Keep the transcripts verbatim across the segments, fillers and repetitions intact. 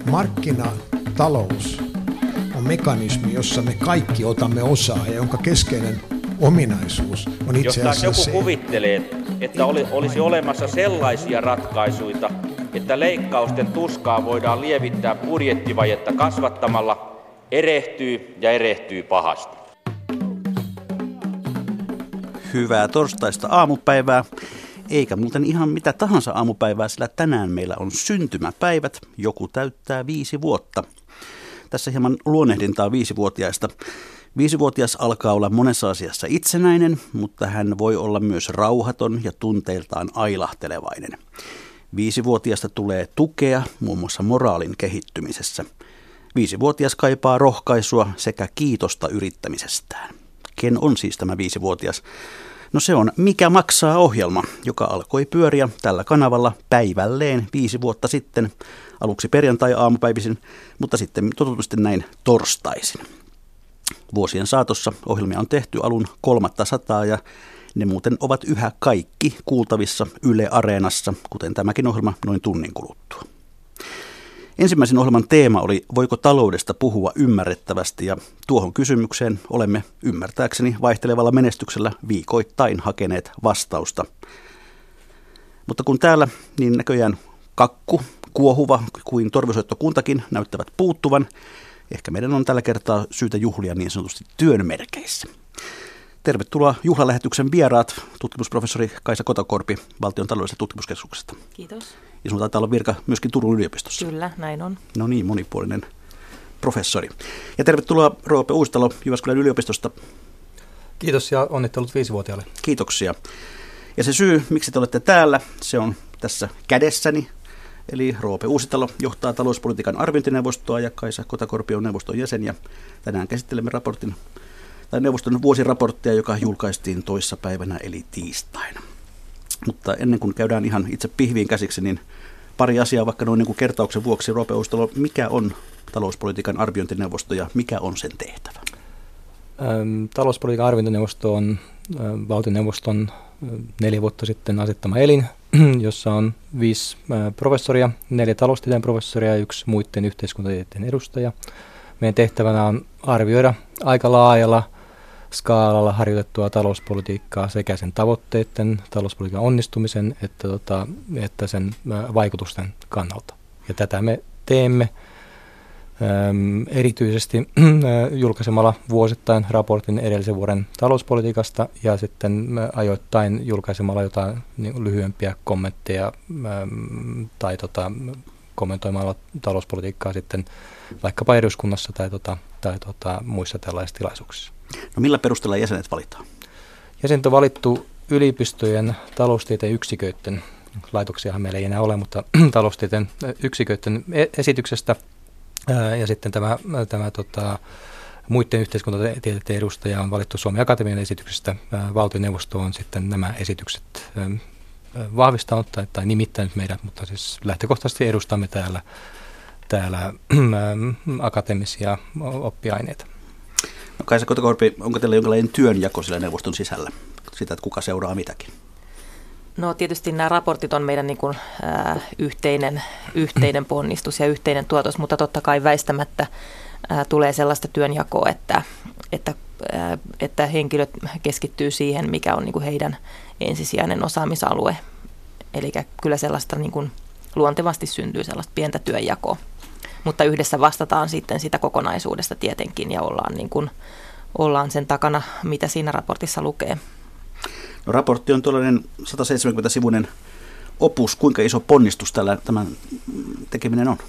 Markkinatalous on mekanismi, jossa me kaikki otamme osaa ja jonka keskeinen ominaisuus on itse asiassa joku se. Kuvittelee, että oli, olisi olemassa sellaisia ratkaisuja, että leikkausten tuskaa voidaan lievittää budjettivajetta kasvattamalla, erehtyy ja erehtyy pahasti. Hyvää torstaista aamupäivää, eikä muuten ihan mitä tahansa aamupäivää, sillä tänään meillä on syntymäpäivät, joku täyttää viisi vuotta. Tässä hieman luonnehdintaa viisivuotiaista. Viisivuotias alkaa olla monessa asiassa itsenäinen, mutta hän voi olla myös rauhaton ja tunteiltaan ailahtelevainen. Viisivuotiaasta tulee tukea muun muassa moraalin kehittymisessä. Viisivuotias kaipaa rohkaisua sekä kiitosta yrittämisestään. Ken on siis tämä viisivuotias? No se on Mikä maksaa -ohjelma, joka alkoi pyöriä tällä kanavalla päivälleen viisi vuotta sitten. Aluksi perjantai-aamupäivisin, mutta sitten totutusti näin torstaisin. Vuosien saatossa ohjelmia on tehty alun kolmatta sataa ja ne muuten ovat yhä kaikki kuultavissa Yle Areenassa, kuten tämäkin ohjelma noin tunnin kuluttua. Ensimmäisen ohjelman teema oli Voiko taloudesta puhua ymmärrettävästi, ja tuohon kysymykseen olemme ymmärtääkseni vaihtelevalla menestyksellä viikoittain hakeneet vastausta. Mutta kun täällä niin näköjään kakku, kuohuva kuin torvisoittokuntakin näyttävät puuttuvan, ehkä meidän on tällä kertaa syytä juhlia niin sanotusti työn merkeissä. Tervetuloa juhlalähetyksen vieraat, tutkimusprofessori Kaisa Kotakorpi Valtion taloudellisesta tutkimuskeskuksesta. Kiitos. Ja sinulla taitaa olla virka myöskin Turun yliopistossa. Kyllä, näin on. No niin, monipuolinen professori. Ja tervetuloa Roope Uusitalo Jyväskylän yliopistosta. Kiitos ja onnittelut viisivuotiaalle. Kiitoksia. Ja se syy, miksi te olette täällä, se on tässä kädessäni. Eli Roope Uusitalo johtaa talouspolitiikan arviointineuvostoa ja Kaisa Kotakorpi on neuvoston jäsen. Ja tänään käsittelemme raportin, tai neuvoston vuosiraporttia, joka julkaistiin toissapäivänä eli tiistaina. Mutta ennen kuin käydään ihan itse pihviin käsiksi, niin pari asiaa vaikka noin niin kuin kertauksen vuoksi. Roope Uusitalo, mikä on talouspolitiikan arviointineuvosto ja mikä on sen tehtävä? Ähm, talouspolitiikan arviointineuvosto on äh, valtioneuvoston äh, neljä vuotta sitten asettama elin, jossa on viisi äh, professoria, neljä taloustieteen professoria ja yksi muiden yhteiskuntatieteen edustaja. Meidän tehtävänä on arvioida aika laajalla skaalalla harjoitettua talouspolitiikkaa sekä sen tavoitteiden, talouspolitiikan onnistumisen että, tota, että sen ä, vaikutusten kannalta. Ja tätä me teemme äm, erityisesti ä, julkaisemalla vuosittain raportin edellisen vuoden talouspolitiikasta ja sitten ä, ajoittain julkaisemalla jotain niin, lyhyempiä kommentteja äm, tai tota, kommentoimalla talouspolitiikkaa sitten vaikkapa eduskunnassa tai, tota, tai tota, muissa tällaisissa tilaisuuksissa. No millä perusteella jäsenet valitaan? Jäsenet on valittu yliopistojen taloustieteen yksiköiden, laitoksiahan meillä ei enää ole, mutta taloustieteen yksiköiden esityksestä. Ja sitten tämä, tämä tota, muiden yhteiskuntatieteiden edustaja on valittu Suomen Akatemian esityksestä. Valtioneuvosto on sitten nämä esitykset vahvistanut tai, tai nimittänyt meidät, mutta siis lähtökohtaisesti edustamme täällä, täällä akateemisia oppiaineita. No Kaisa Kotakorpi, onko teillä jonkinlainen työnjako sillä neuvoston sisällä, sitä, että kuka seuraa mitäkin? No tietysti nämä raportit on meidän niin kuin, äh, yhteinen, yhteinen ponnistus ja yhteinen tuotos, mutta totta kai väistämättä äh, tulee sellaista työnjakoa, että, että, äh, että henkilöt keskittyy siihen, mikä on niin kuin heidän ensisijainen osaamisalue. Eli kyllä sellaista niin kuin, luontevasti syntyy sellaista pientä työnjakoa. Mutta yhdessä vastataan sitten sitä kokonaisuudesta tietenkin ja ollaan, niin kuin, ollaan sen takana, mitä siinä raportissa lukee. No, raportti on tuollainen sataseitsemänkymmentä-sivuinen opus. Kuinka iso ponnistus tällä, tämän tekeminen on?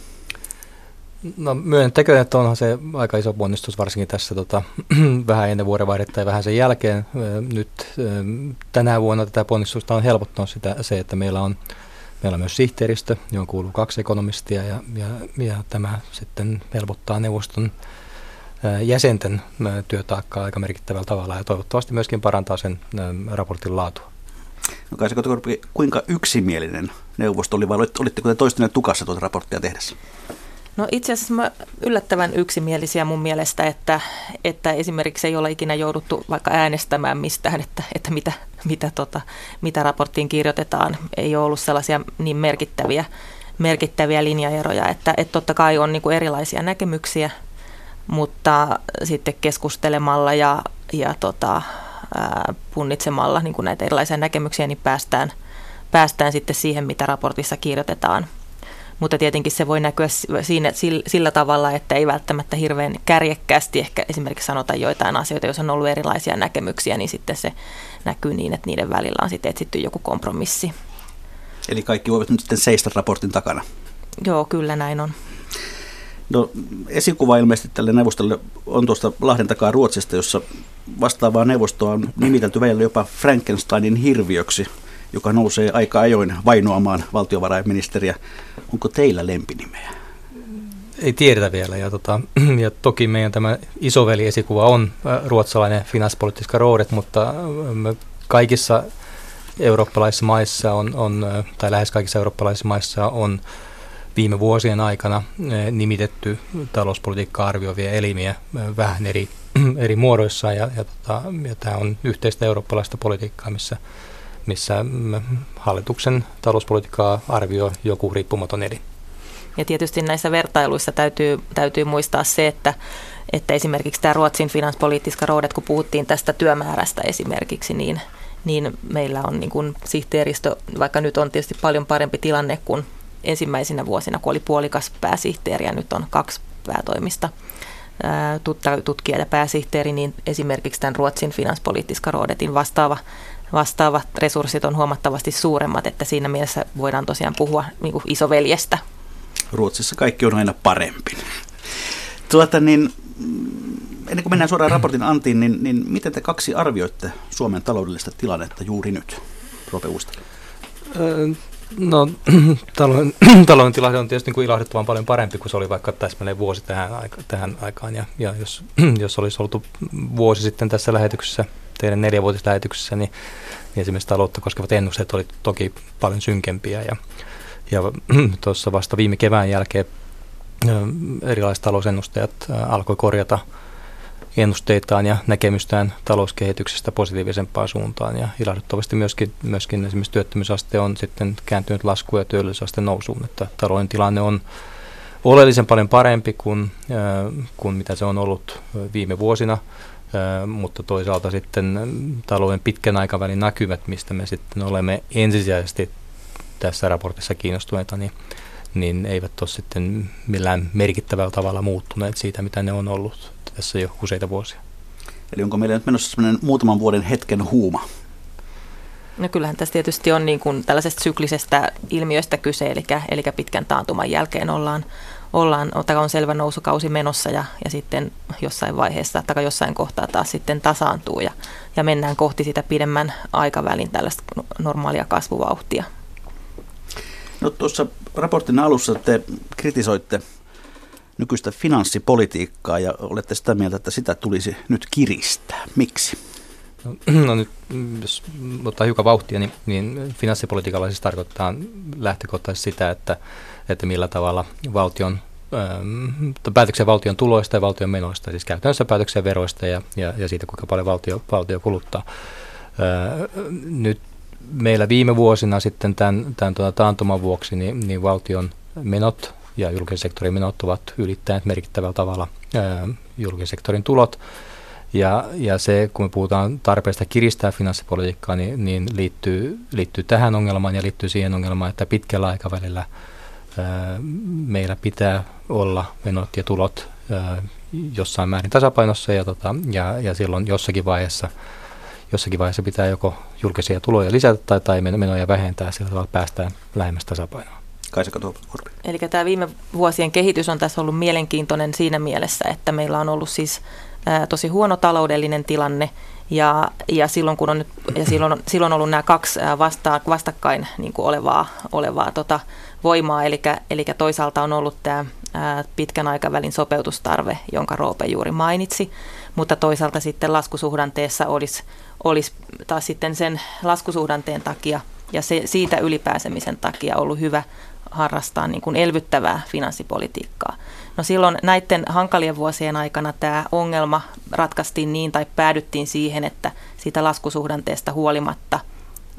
No myönnettäköön, että onhan se aika iso ponnistus varsinkin tässä tota, vähän ennen vuodenvaihdetta ja vähän sen jälkeen. Nyt tänä vuonna tätä ponnistusta on helpottanut sitä, se, että meillä on Meillä on myös sihteeristö, johon kuuluu kaksi ekonomistia ja, ja, ja tämä sitten helpottaa neuvoston ää, jäsenten ää, työtaakkaa aika merkittävällä tavalla ja toivottavasti myöskin parantaa sen ää, raportin laatua. No Kaisa Kotakorpi, kuinka yksimielinen neuvosto oli vai olitteko te toistenne tukassa tuota raporttia tehdessä? No itse asiassa mä yllättävän yksimielisiä mun mielestä, että, että esimerkiksi ei ole ikinä jouduttu vaikka äänestämään mistään, että, että mitä, mitä, tota, mitä raporttiin kirjoitetaan. Ei ole ollut sellaisia niin merkittäviä, merkittäviä linjaeroja, että, että totta kai on niin kuin erilaisia näkemyksiä, mutta sitten keskustelemalla ja, ja tota, ää, punnitsemalla niin kuin näitä erilaisia näkemyksiä, niin päästään, päästään sitten siihen, mitä raportissa kirjoitetaan. Mutta tietenkin se voi näkyä siinä, sillä tavalla, että ei välttämättä hirveän kärjekkäästi ehkä esimerkiksi sanota joitain asioita, jos on ollut erilaisia näkemyksiä, niin sitten se näkyy niin, että niiden välillä on sitten etsitty joku kompromissi. Eli kaikki voivat nyt sitten seistä raportin takana. Joo, kyllä näin on. No, esikuva ilmeisesti tälle neuvostolle on tuosta Lahden takaa Ruotsista, jossa vastaavaa neuvostoa on nimitelty välillä jopa Frankensteinin hirviöksi, joka nousee aika ajoin vainoamaan valtiovarainministeriä. Onko teillä lempinimeä? Ei tiedetä vielä. Ja, tota, ja toki meidän tämä isoveli-esikuva on ruotsalainen Finanspolitiska rådet, mutta kaikissa eurooppalaisissa maissa on, on, tai lähes kaikissa eurooppalaisissa maissa on viime vuosien aikana nimitetty talouspolitiikkaa arvioivia elimiä vähän eri, eri muodoissa, ja, ja, tota, ja tämä on yhteistä eurooppalaista politiikkaa, missä, missä hallituksen talouspolitiikkaa arvioi joku riippumaton elin. Ja tietysti näissä vertailuissa täytyy, täytyy muistaa se, että, että esimerkiksi tämä Ruotsin Finanspolitiska rådet, kun puhuttiin tästä työmäärästä esimerkiksi, niin, niin meillä on niin kuin sihteeristö, vaikka nyt on tietysti paljon parempi tilanne kuin ensimmäisinä vuosina, kun oli puolikas pääsihteeri ja nyt on kaksi päätoimista tutkija ja pääsihteeri, niin esimerkiksi tämän Ruotsin Finanspolitiska rådetin vastaava, vastaavat resurssit on huomattavasti suuremmat, että siinä mielessä voidaan tosiaan puhua niin kuin isoveljestä. Ruotsissa kaikki on aina parempi. Tuota, niin, ennen kuin mennään suoraan raportin antiin, niin, niin miten te kaksi arvioitte Suomen taloudellista tilannetta juuri nyt, Roope Uusitalo? No, talouden, talouden tilanne on tietysti niin kuin ilahduttavan paljon parempi kuin se oli vaikka täsmälleen vuosi tähän, aika, tähän aikaan. Ja, ja jos, jos olisi oltu vuosi sitten tässä lähetyksessä, teidän neljävuotislähetyksessä, niin, niin esimerkiksi taloutta koskevat ennusteet oli toki paljon synkempiä. Ja, ja tuossa vasta viime kevään jälkeen erilaiset talousennustajat alkoi korjata ennusteitaan ja näkemystään talouskehityksestä positiivisempaan suuntaan, ja ilahduttavasti myöskin, myöskin esimerkiksi työttömyysaste on sitten kääntynyt laskuun ja työllisyysaste nousuun, että talouden tilanne on oleellisen paljon parempi kuin, äh, kuin mitä se on ollut viime vuosina, äh, mutta toisaalta sitten talouden pitkän aikavälin näkymät, mistä me sitten olemme ensisijaisesti tässä raportissa kiinnostuneita, niin, niin eivät ole sitten millään merkittävällä tavalla muuttuneet siitä, mitä ne on ollut tässä jo useita vuosia. Eli onko meillä nyt menossa sellainen muutaman vuoden hetken huuma? No kyllähän tässä tietysti on niin kuin tällaisesta syklisestä ilmiöstä kyse, eli, eli pitkän taantuman jälkeen ollaan, ollaan on selvä nousukausi menossa, ja, ja sitten jossain vaiheessa tai jossain kohtaa taas sitten tasaantuu, ja, ja mennään kohti sitä pidemmän aikavälin tällaista normaalia kasvuvauhtia. No tuossa raportin alussa te kritisoitte nykyistä finanssipolitiikkaa ja olette sitä mieltä, että sitä tulisi nyt kiristää. Miksi? No, no nyt, jos ottaa hiukan vauhtia, niin, niin finanssipolitiikalla siis tarkoittaa lähtökohtaisesti sitä, että, että millä tavalla valtion, ähm, päätöksiä valtion tuloista ja valtion menoista, siis käytännössä päätöksiä veroista ja, ja, ja siitä, kuinka paljon valtio, valtio kuluttaa. Äh, nyt meillä viime vuosina sitten tämän, tämän tuota taantuman vuoksi niin, niin valtion menot ja julkisen sektorin menot ovat ylittäneet merkittävällä tavalla ää, julkisen sektorin tulot. Ja, ja se, kun me puhutaan tarpeesta kiristää finanssipolitiikkaa, niin, niin liittyy, liittyy tähän ongelmaan ja liittyy siihen ongelmaan, että pitkällä aikavälillä ää, meillä pitää olla menot ja tulot ää, jossain määrin tasapainossa, ja, tota, ja, ja silloin jossakin vaiheessa, jossakin vaiheessa pitää joko julkisia tuloja lisätä tai, tai menoja vähentää, sillä tavalla päästään lähemmäs tasapainoa. Eli tämä viime vuosien kehitys on tässä ollut mielenkiintoinen siinä mielessä, että meillä on ollut siis ää, tosi huono taloudellinen tilanne, ja, ja silloin kun on nyt, ja silloin, silloin on ollut nämä kaksi vasta, vastakkain niin kuin olevaa, olevaa tota, voimaa, eli, eli toisaalta on ollut tämä ää, pitkän aikavälin sopeutustarve, jonka Roope juuri mainitsi, mutta toisaalta sitten laskusuhdanteessa olisi, olisi taas sitten sen laskusuhdanteen takia ja se, siitä ylipääsemisen takia ollut hyvä harrastaa niin kuin elvyttävää finanssipolitiikkaa. No silloin näiden hankalien vuosien aikana tämä ongelma ratkaistiin niin tai päädyttiin siihen, että siitä laskusuhdanteesta huolimatta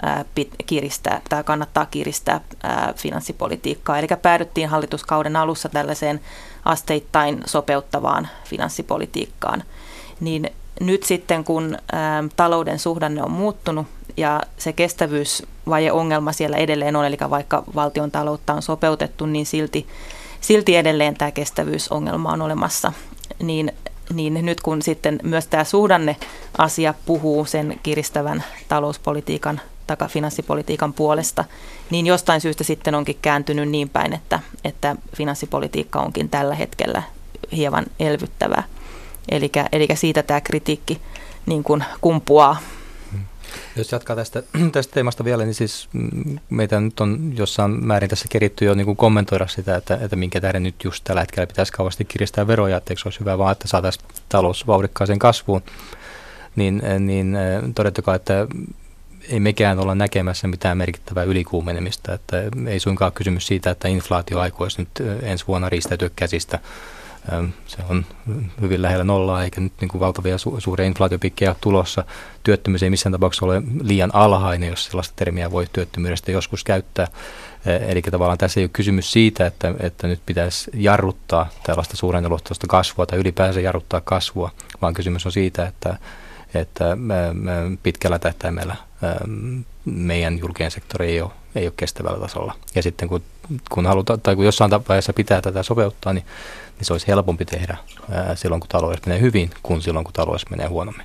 ää, pit, kiristää tai kannattaa kiristää ää, finanssipolitiikkaa. Eli päädyttiin hallituskauden alussa tällaiseen asteittain sopeuttavaan finanssipolitiikkaan. Niin nyt sitten, kun ää, talouden suhdanne on muuttunut ja se kestävyysvajeongelma siellä edelleen on, eli vaikka valtion taloutta on sopeutettu, niin silti, silti edelleen tämä kestävyysongelma on olemassa. Niin, niin nyt kun sitten myös tämä suhdanneasia puhuu sen kiristävän talouspolitiikan tai finanssipolitiikan puolesta, niin jostain syystä sitten onkin kääntynyt niin päin, että, että finanssipolitiikka onkin tällä hetkellä hieman elvyttävää. Eli, eli siitä tämä kritiikki niin kuin kumpuaa. Jos jatkaa tästä, tästä teemasta vielä, niin siis meitä nyt on jossain määrin tässä keritty jo niin kuin kommentoida sitä, että, että minkä tähden nyt just tällä hetkellä pitäisi kauheasti kiristää veroja, että eikö se olisi hyvä vaan, että saataisiin talous vauhdikkaaseen kasvuun. Niin, niin todettakaa, että ei mekään olla näkemässä mitään merkittävää ylikuumenemista, että ei suinkaan kysymys siitä, että inflaatio aikoisi nyt ensi vuonna riistäytyä käsistä. Se on hyvin lähellä nollaa, eikä nyt niin kuin valtavia su- suuria inflaatiopiikkejä ole tulossa. Työttömyys ei missään tapauksessa ole liian alhainen, jos sellaista termiä voi työttömyydestä joskus käyttää. Eli tavallaan tässä ei ole kysymys siitä, että, että nyt pitäisi jarruttaa tällaista suhdanneluontoista kasvua tai ylipäänsä jarruttaa kasvua, vaan kysymys on siitä, että, että pitkällä tähtäimellä meidän julkinen sektori ei ole, ei ole kestävällä tasolla. Ja sitten kun, kun halutaan, tai kun jossain vaiheessa pitää tätä sopeuttaa, niin niin se olisi helpompi tehdä ää, silloin, kun taloudessa menee hyvin, kuin silloin, kun taloudessa menee huonommin.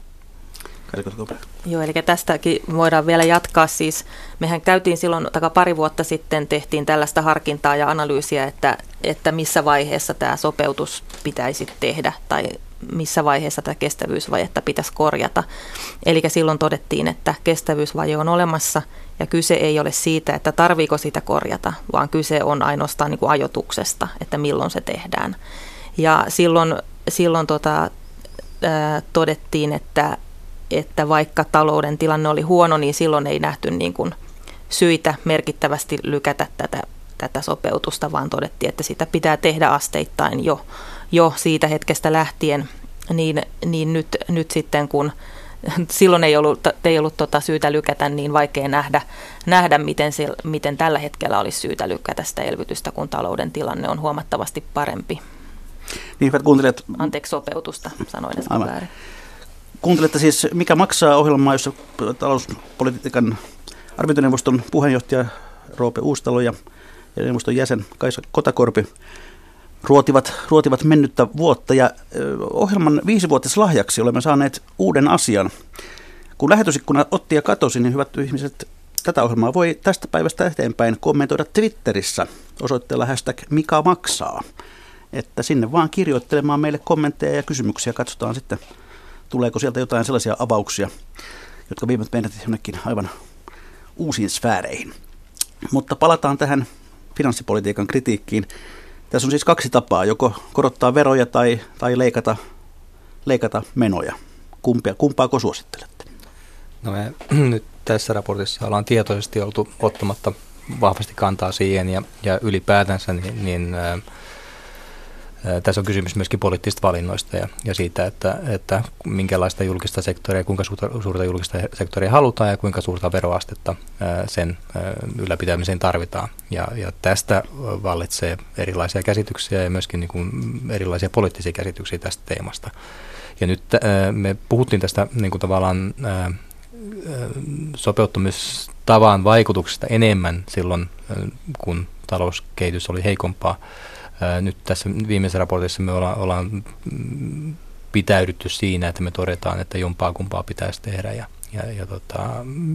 Joo, eli tästäkin voidaan vielä jatkaa. Siis mehän käytiin silloin, taka pari vuotta sitten, tehtiin tällaista harkintaa ja analyysiä, että, että missä vaiheessa tämä sopeutus pitäisi tehdä tai missä vaiheessa tätä kestävyysvajetta pitäisi korjata. Eli silloin todettiin, että kestävyysvaje on olemassa ja kyse ei ole siitä, että tarviiko sitä korjata, vaan kyse on ainoastaan niin kuin ajoituksesta, että milloin se tehdään. Ja silloin, silloin tota, ää, todettiin, että, että vaikka talouden tilanne oli huono, niin silloin ei nähty niin kuin syitä merkittävästi lykätä tätä, tätä sopeutusta, vaan todettiin, että sitä pitää tehdä asteittain jo, jo siitä hetkestä lähtien. Niin, niin nyt, nyt sitten, kun silloin ei ollut, ei ollut tota syytä lykätä, niin vaikea nähdä, nähdä miten, se, miten tällä hetkellä olisi syytä lykätä sitä elvytystä, kun talouden tilanne on huomattavasti parempi. Niin, hyvät kuuntelijat. Anteeksi, sopeutusta, sanoin äsken väärin. Kuuntelette siis, mikä maksaa ohjelmaa, jossa talouspolitiikan arviointineuvoston puheenjohtaja Roope Uusitalo ja neuvoston jäsen Kaisa Kotakorpi ruotivat, ruotivat mennyttä vuotta. Ja ohjelman viisivuotislahjaksi olemme saaneet uuden asian. Kun lähetysikkuna otti ja katosi, niin hyvät ihmiset, tätä ohjelmaa voi tästä päivästä eteenpäin kommentoida Twitterissä osoitteella hashtag Mika maksaa. Että sinne vaan kirjoittelemaan meille kommentteja ja kysymyksiä. Katsotaan sitten, tuleeko sieltä jotain sellaisia avauksia, jotka vievät meidät jonnekin aivan uusiin sfääreihin. Mutta palataan tähän finanssipolitiikan kritiikkiin. Tässä on siis kaksi tapaa, joko korottaa veroja tai, tai leikata, leikata menoja. Kumpia, kumpaako suosittelette? No me nyt tässä raportissa ollaan tietoisesti oltu ottamatta vahvasti kantaa siihen ja, ja ylipäätänsä niin, niin ää, tässä on kysymys myöskin poliittisista valinnoista ja, ja siitä, että, että minkälaista julkista sektoria, kuinka suurta, suurta julkista sektoria halutaan ja kuinka suurta veroastetta ää, sen ää, ylläpitämiseen tarvitaan. Ja, ja tästä vallitsee erilaisia käsityksiä ja myöskin niin kuin erilaisia poliittisia käsityksiä tästä teemasta. Ja nyt ää, me puhuttiin tästä niin kuin tavallaan ää, sopeuttamistavan vaikutuksesta enemmän silloin, kun talouskehitys oli heikompaa. Nyt tässä viimeisessä raportissa me ollaan, ollaan pitäydytty siinä, että me todetaan, että jompaa kumpaa pitäisi tehdä ja, ja, ja, tota,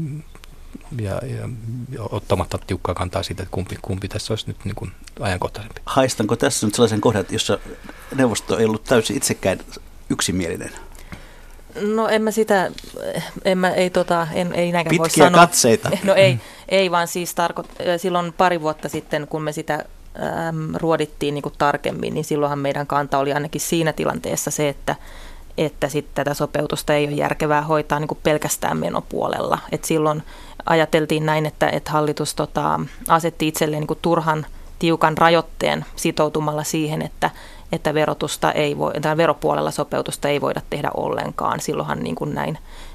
ja, ja ottamatta tiukkaa kantaa siitä, että kumpi, kumpi tässä olisi nyt niin kuin ajankohtaisempi. Haistanko tässä nyt sellaisen kohdan, jossa neuvosto ei ollut täysin itsekään yksimielinen? No en mä sitä, en mä, ei tota, en, ei näinkään voi sanoa. Pitkiä katseita. No ei, ei vaan siis tarko, silloin pari vuotta sitten, kun me sitä äm, ruodittiin niin kuin tarkemmin, niin silloinhan meidän kanta oli ainakin siinä tilanteessa se, että, että sit tätä sopeutusta ei ole järkevää hoitaa niin kuin pelkästään menopuolella. Et silloin ajateltiin näin, että, että hallitus tota, asetti itselleen niin kuin turhan tiukan rajoitteen sitoutumalla siihen, että että verotusta ei voi, tai veropuolella sopeutusta ei voida tehdä ollenkaan. Silloinhan niin kuin näin,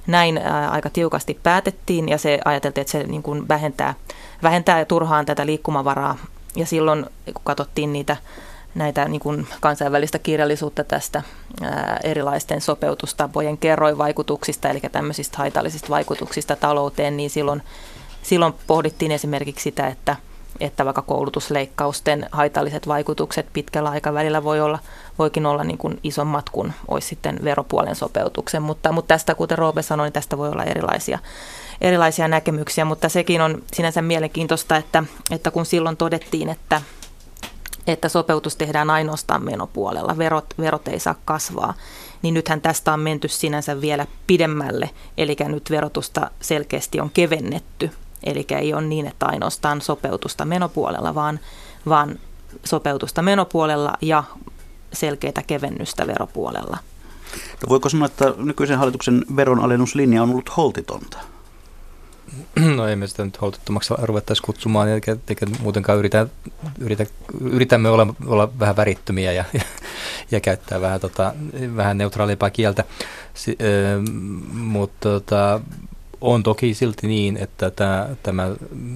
näin ää, aika tiukasti päätettiin ja se ajateltiin, että se niin kuin vähentää, vähentää turhaan tätä liikkumavaraa. Ja silloin, kun katsottiin niitä, näitä niin kuin kansainvälistä kirjallisuutta tästä ää, erilaisten sopeutustapojen kerroinvaikutuksista, eli tämmöisistä haitallisista vaikutuksista talouteen, niin silloin, silloin pohdittiin esimerkiksi sitä, että että vaikka koulutusleikkausten haitalliset vaikutukset pitkällä aikavälillä voi olla, voikin olla niin kuin isommat kuin olisi sitten veropuolen sopeutuksen, mutta, mutta tästä, kuten Roope sanoi, niin tästä voi olla erilaisia, erilaisia näkemyksiä, mutta sekin on sinänsä mielenkiintoista, että, että kun silloin todettiin, että, että sopeutus tehdään ainoastaan menopuolella, verot, verot ei saa kasvaa, niin nythän tästä on menty sinänsä vielä pidemmälle, eli nyt verotusta selkeästi on kevennetty. Eli ei ole niin, että ainoastaan sopeutusta menopuolella, vaan, vaan sopeutusta menopuolella ja selkeää kevennystä veropuolella. No voiko sanoa, että nykyisen hallituksen veronalennuslinja on ollut holtitonta? No ei me sitä nyt holtittomaksi ruvettaisi kutsumaan, eikä, eikä muutenkaan yritä, yritä, yritämme olla, olla vähän värittömiä ja, ja, ja käyttää vähän, tota, vähän neutraalimpaa kieltä, si, äh, mutta tota, on toki silti niin, että tämä, tämä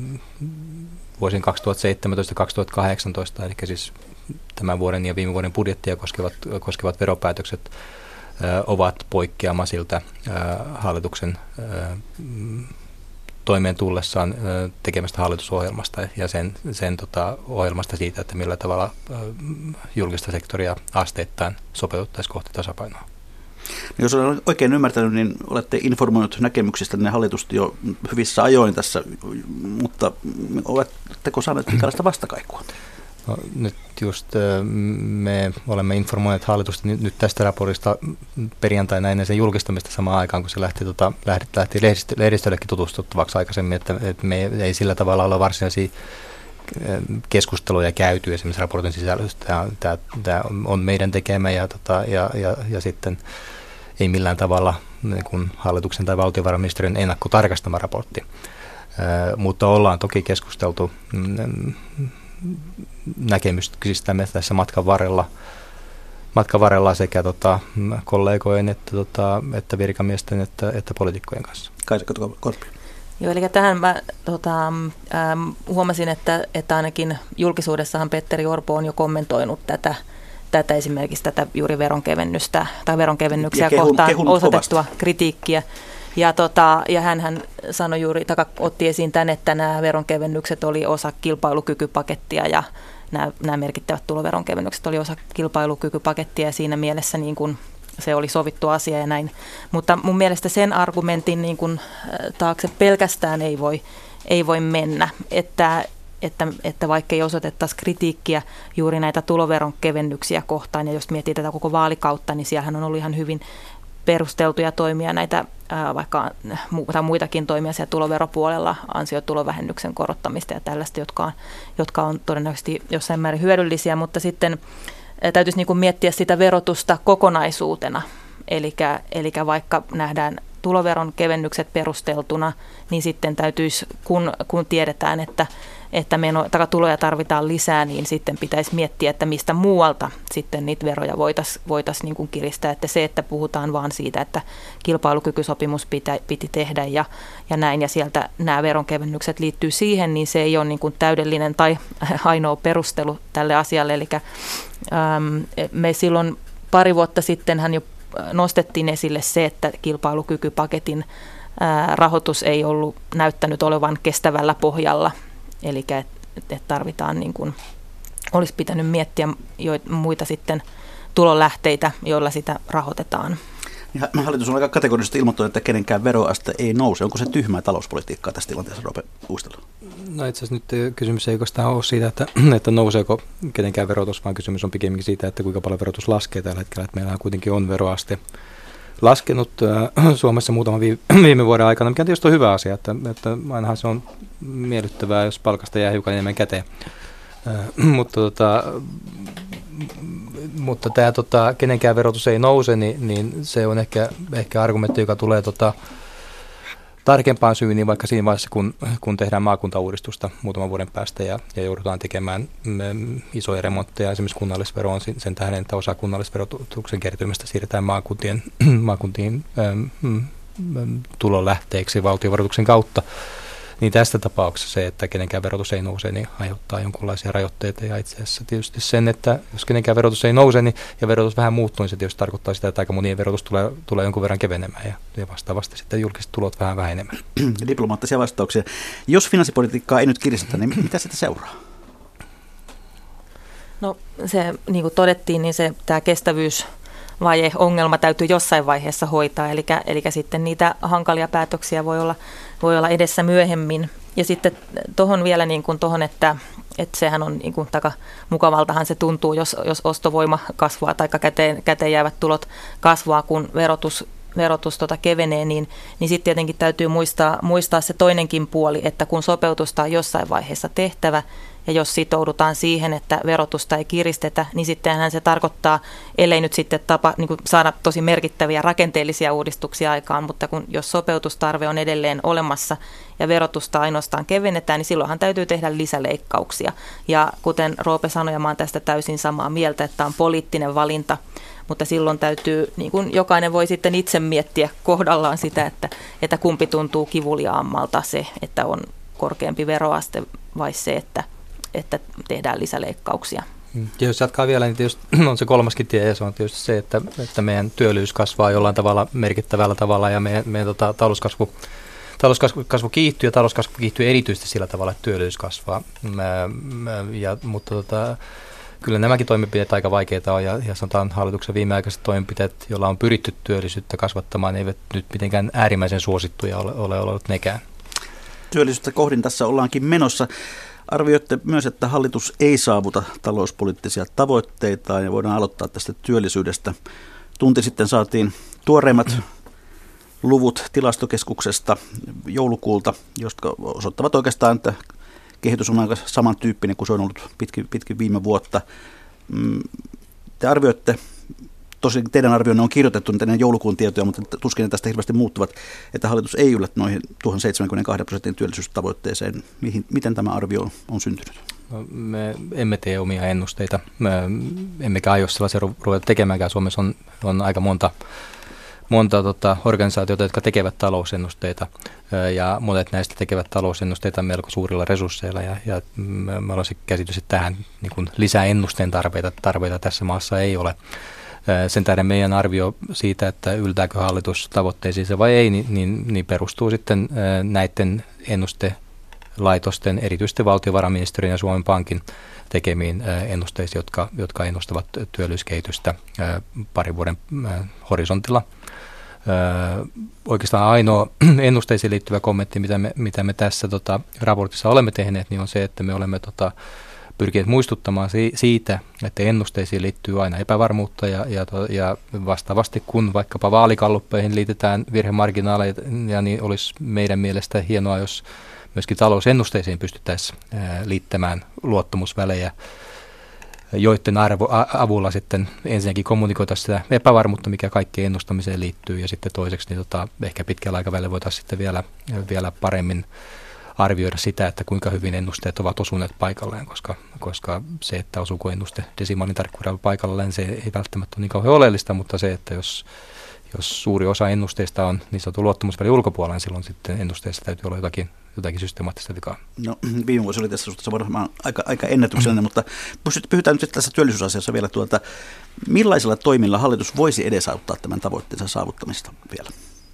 vuosien kaksituhattaseitsemäntoista kaksituhattakahdeksantoista, eli siis tämän vuoden ja viime vuoden budjettia koskevat, koskevat veropäätökset ö, ovat poikkeama siltä ö, hallituksen ö, toimeen tullessaan ö, tekemästä hallitusohjelmasta ja sen, sen tota, ohjelmasta siitä, että millä tavalla ö, julkista sektoria asteittain sopeutettaisiin kohti tasapainoa. Jos olen oikein ymmärtänyt, niin olette informoinut näkemyksistä ne hallitusta jo hyvissä ajoin tässä, mutta oletteko saaneet minkälaista vastakaikua? No, nyt just me olemme informoineet hallitusta nyt tästä raportista perjantaina ennen sen julkistamista samaan aikaan, kun se lähti, tota, lähti, lähti lehdistöllekin tutustuttavaksi aikaisemmin, että, että me ei sillä tavalla olla varsinaisia keskusteluja käyty esimerkiksi raportin sisällöstä. Tämä, tämä, tämä on meidän tekemä ja, tota, ja, ja, ja sitten ei millään tavalla niin kuin hallituksen tai valtiovarainministeriön ennakkotarkastama raportti. Ö, mutta ollaan toki keskusteltu mm, näkemyksistämme tässä matkan varrella, matkan varrella sekä tota, kollegojen että, tota, että virkamiesten että, että poliitikkojen kanssa. Kaisa Korpi. Joo, eli tähän mä tota, ähm, huomasin, että, että ainakin julkisuudessahan Petteri Orpo on jo kommentoinut tätä, tätä esimerkiksi tätä juuri veronkevennystä tai veronkevennyksiä kehun, kohtaan osoitettua kovasti kritiikkiä. Ja, tota, ja hän sanoi juuri, taka, otti esiin tämän, että nämä veronkevennykset oli osa kilpailukykypakettia ja nämä, nämä merkittävät tuloveronkevennykset oli osa kilpailukykypakettia ja siinä mielessä niin kuin se oli sovittu asia ja näin. Mutta mun mielestä sen argumentin niin kuin taakse pelkästään ei voi, ei voi mennä, että, että, että vaikka ei osoitettaisi kritiikkiä juuri näitä tuloveron kevennyksiä kohtaan, ja jos miettii tätä koko vaalikautta, niin siellähän on ollut ihan hyvin perusteltuja toimia näitä, ää, vaikka muuta, muitakin toimia siellä tuloveropuolella, ansiotulovähennyksen korottamista ja tällaista, jotka on, jotka on todennäköisesti jossain määrin hyödyllisiä, mutta sitten täytyisi niin kuin miettiä sitä verotusta kokonaisuutena, eli, eli vaikka nähdään tuloveron kevennykset perusteltuna, niin sitten täytyisi, kun, kun tiedetään, että, että meno, tuloja tarvitaan lisää, niin sitten pitäisi miettiä, että mistä muualta sitten niitä veroja voitaisiin voitais niin kuin kiristää. Että se, että puhutaan vaan siitä, että kilpailukykysopimus pitä, piti tehdä ja, ja näin, ja sieltä nämä veronkevennykset liittyy siihen, niin se ei ole niin kuin täydellinen tai ainoa perustelu tälle asialle. Eli äm, me silloin pari vuotta sittenhän jo nostettiin esille se, että kilpailukykypaketin ää, rahoitus ei ollut näyttänyt olevan kestävällä pohjalla, eli että et tarvitaan, niin kuin, olisi pitänyt miettiä jo, muita sitten tulonlähteitä, joilla sitä rahoitetaan. Ja hallitus on aika kategorisesti ilmoittanut, että kenenkään veroaste ei nouse. Onko se tyhmää talouspolitiikkaa tässä tilanteessa, Roope Uusitalo? No itse asiassa nyt kysymys ei koskaan ole siitä, että, että nouseeko kenenkään verotus, vaan kysymys on pikemminkin siitä, että kuinka paljon verotus laskee tällä hetkellä. Että meillähän kuitenkin on veroaste laskenut äh, Suomessa muutaman viime, viime vuoden aikana, mikä tietysti on hyvä asia, että, että ainahan se on miellyttävää, jos palkasta jää hiukan enemmän käteen. Äh, mutta tota, mutta tämä tota, kenenkään verotus ei nouse, niin, niin se on ehkä, ehkä argumentti, joka tulee tota, tarkempaan syyniin, niin vaikka siinä vaiheessa, kun, kun tehdään maakuntauudistusta muutaman vuoden päästä ja, ja joudutaan tekemään mm, isoja remontteja. Esimerkiksi kunnallisvero on sen tähden, että osa kunnallisverotuksen kertymistä siirretään maakuntien, maakuntiin mm, tulonlähteeksi valtionverotuksen kautta. Niin tästä tapauksessa se, että kenenkään verotus ei nouse, niin aiheuttaa jonkinlaisia rajoitteita. Ja itse asiassa tietysti sen, että jos kenenkään verotus ei nouse niin, ja verotus vähän muuttuu, niin se tietysti tarkoittaa sitä, että aika monien verotus tulee, tulee jonkun verran kevenemään ja, ja vastaavasti sitten julkiset tulot vähän vähenemään. Diplomaattisia vastauksia. Jos finanssipolitiikkaa ei nyt kiristetä, niin mitä sitä seuraa? No se, niin kuin todettiin, niin se tämä kestävyys vaje-ongelma täytyy jossain vaiheessa hoitaa, eli, eli sitten niitä hankalia päätöksiä voi olla, voi olla edessä myöhemmin. Ja sitten tuohon vielä niin kuin tuohon, että, että sehän on niin kuin taka mukavaltahan se tuntuu, jos, jos ostovoima kasvaa tai käteen, käteen jäävät tulot kasvaa, kun verotus, verotus tota kevenee, niin, niin sitten tietenkin täytyy muistaa, muistaa se toinenkin puoli, että kun sopeutusta on jossain vaiheessa tehtävä, ja jos sitoudutaan siihen, että verotusta ei kiristetä, niin sittenhän se tarkoittaa, ellei nyt sitten tapa niin kuin saada tosi merkittäviä rakenteellisia uudistuksia aikaan, mutta kun jos sopeutustarve on edelleen olemassa ja verotusta ainoastaan kevennetään, niin silloinhan täytyy tehdä lisäleikkauksia. Ja kuten Roope sanoi, ja mä olen tästä täysin samaa mieltä, että on poliittinen valinta, mutta silloin täytyy, niin kuin jokainen voi sitten itse miettiä kohdallaan sitä, että, että kumpi tuntuu kivuliaammalta se, että on korkeampi veroaste vai se, että että tehdään lisäleikkauksia. Ja jos jatkaa vielä, niin tietysti on se kolmaskin tie, ja se on tietysti se, että, että meidän työllisyys kasvaa jollain tavalla merkittävällä tavalla, ja meidän, meidän tota, talouskasvu, talouskasvu kasvu kiihtyy, ja talouskasvu kiihtyy erityisesti sillä tavalla, että työllisyys kasvaa. Mä, mä, ja, mutta tota, kyllä nämäkin toimenpiteet aika vaikeita on, ja, ja sanotaan hallituksen viimeaikaiset toimenpiteet, joilla on pyritty työllisyyttä kasvattamaan, eivät nyt mitenkään äärimmäisen suosittuja ole, ole ollut nekään. Työllisyyttä kohdin tässä ollaankin menossa. Arvioitte myös, että hallitus ei saavuta talouspoliittisia tavoitteitaan ja voidaan aloittaa tästä työllisyydestä. Tunti sitten saatiin tuoreimmat luvut Tilastokeskuksesta joulukuulta, jotka osoittavat oikeastaan, että kehitys on aika samantyyppinen kuin se on ollut pitkin, pitkin viime vuotta. Te arvioitte, tosin teidän arvionne on kirjoitettu teidän joulukuun tietoja, mutta tuskin ne tästä hirveästi muuttuvat, että hallitus ei yllä noihin tuohon seitsemänkymmentäkaksi prosentin työllisyystavoitteeseen. Mihin, miten tämä arvio on syntynyt? No, me emme tee omia ennusteita, me emmekä aio sellaisia ruveta tekemäänkään. Suomessa on, on aika monta, monta tota, organisaatiota, jotka tekevät talousennusteita, ja monet näistä tekevät talousennusteita melko suurilla resursseilla, ja, ja me olisi käsitys, että tähän niin kuin lisää ennusteen tarpeita, tarpeita tässä maassa ei ole. Sen tähden meidän arvio siitä, että yltääkö hallitus tavoitteisiinsa vai ei, niin, niin, niin perustuu sitten näiden ennustelaitosten, erityisesti valtiovarainministeriön ja Suomen Pankin tekemiin ennusteisiin, jotka, jotka ennustavat työllisyyskehitystä parin vuoden horisontilla. Oikeastaan ainoa ennusteisiin liittyvä kommentti, mitä me, mitä me tässä tota, raportissa olemme tehneet, niin on se, että me olemme tota, pyrkineet muistuttamaan siitä, että ennusteisiin liittyy aina epävarmuutta ja, ja, ja vastaavasti kun vaikkapa vaalikalluppeihin liitetään virhemarginaaleja, ja niin olisi meidän mielestä hienoa, jos myöskin talousennusteisiin pystyttäisiin liittämään luottamusvälejä, joiden arvo, avulla sitten ensinnäkin kommunikoitaisiin sitä epävarmuutta, mikä kaikkeen ennustamiseen liittyy, ja sitten toiseksi niin tota, ehkä pitkällä aikavälillä voitaisiin sitten vielä, vielä paremmin arvioida sitä, että kuinka hyvin ennusteet ovat osuneet paikalleen, koska, koska se, että osuuko ennuste desimaalin tarkkuudella paikalleen, se ei välttämättä ole niin kauhean oleellista, mutta se, että jos, jos suuri osa ennusteista on niin sanottu luottamusvälin ulkopuolella, niin silloin sitten ennusteissa täytyy olla jotakin, jotakin systemaattista vikaa. No viime vuosi oli tässä suhteessa varmaan aika, aika ennätyksellinen, mutta pysytään nyt tässä työllisyysasiassa vielä tuolta. Millaisilla toimilla hallitus voisi edesauttaa tämän tavoitteensa saavuttamista vielä?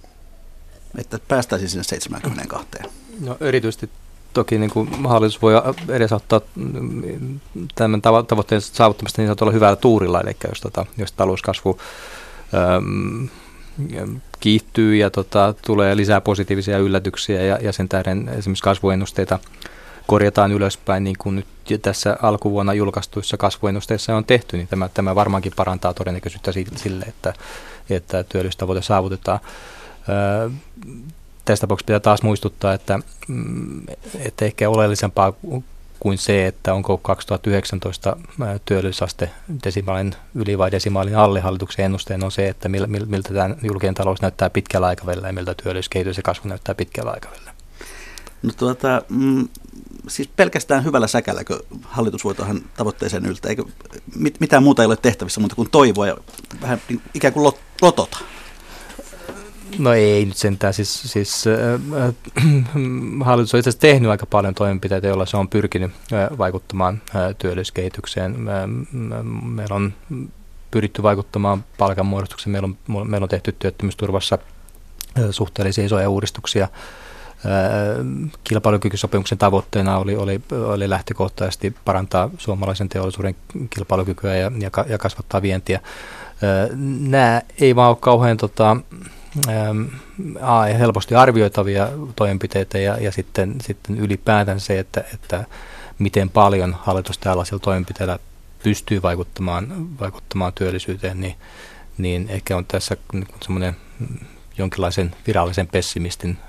Että päästäisiin sinne seitsemänkymmentäkaksi. No erityisesti toki niin kuin hallitus voi edesauttaa tämän tavoitteen saavuttamista niin sanotulla hyvällä tuurilla, eli jos, tota, jos talouskasvu äm, kiihtyy ja tota, tulee lisää positiivisia yllätyksiä ja, ja sen tähden esimerkiksi kasvuennusteita korjataan ylöspäin, niin kuin nyt tässä alkuvuonna julkaistuissa kasvuennusteissa on tehty, niin tämä, tämä varmaankin parantaa todennäköisyyttä sille, että, että työllisyystavoite saavutetaan. Öö, Tässä tapauksessa pitää taas muistuttaa, että, että ehkä oleellisempaa kuin se, että onko kaksituhattayhdeksäntoista työllisyysaste desimaalin yli vai desimaalin alle hallituksen ennusteen, on se, että miltä tämä julkinen talous näyttää pitkällä aikavälillä ja miltä työllisyyskehitys ja kasvu näyttää pitkällä aikavälillä. No tuota, mm, siis pelkästään hyvällä säkälläkö hallitus voi tuohon tavoitteeseen yltää? Eikö mit, mitään muuta ei ole tehtävissä muuta kuin toivoa ja vähän ikään kuin lot, lotota? No ei nyt sentään, siis, siis äh, hallitus on itse asiassa tehnyt aika paljon toimenpiteitä, joilla se on pyrkinyt äh, vaikuttamaan äh, työllisyyskehitykseen. Äh, meillä on pyritty vaikuttamaan palkanmuodostukseen, meillä on, meillä on tehty työttömyysturvassa äh, suhteellisia isoja uudistuksia. Äh, kilpailukykysopimuksen tavoitteena oli, oli, oli lähtökohtaisesti parantaa suomalaisen teollisuuden kilpailukykyä ja, ja, ja kasvattaa vientiä. Äh, nämä ei vaan ole kauhean tota, Ähm, a, helposti arvioitavia toimenpiteitä ja, ja sitten, sitten ylipäätään se, että, että miten paljon hallitus tällaisilla toimenpiteillä pystyy vaikuttamaan, vaikuttamaan työllisyyteen, niin, niin ehkä on tässä niin semmoinen jonkinlaisen virallisen pessimistin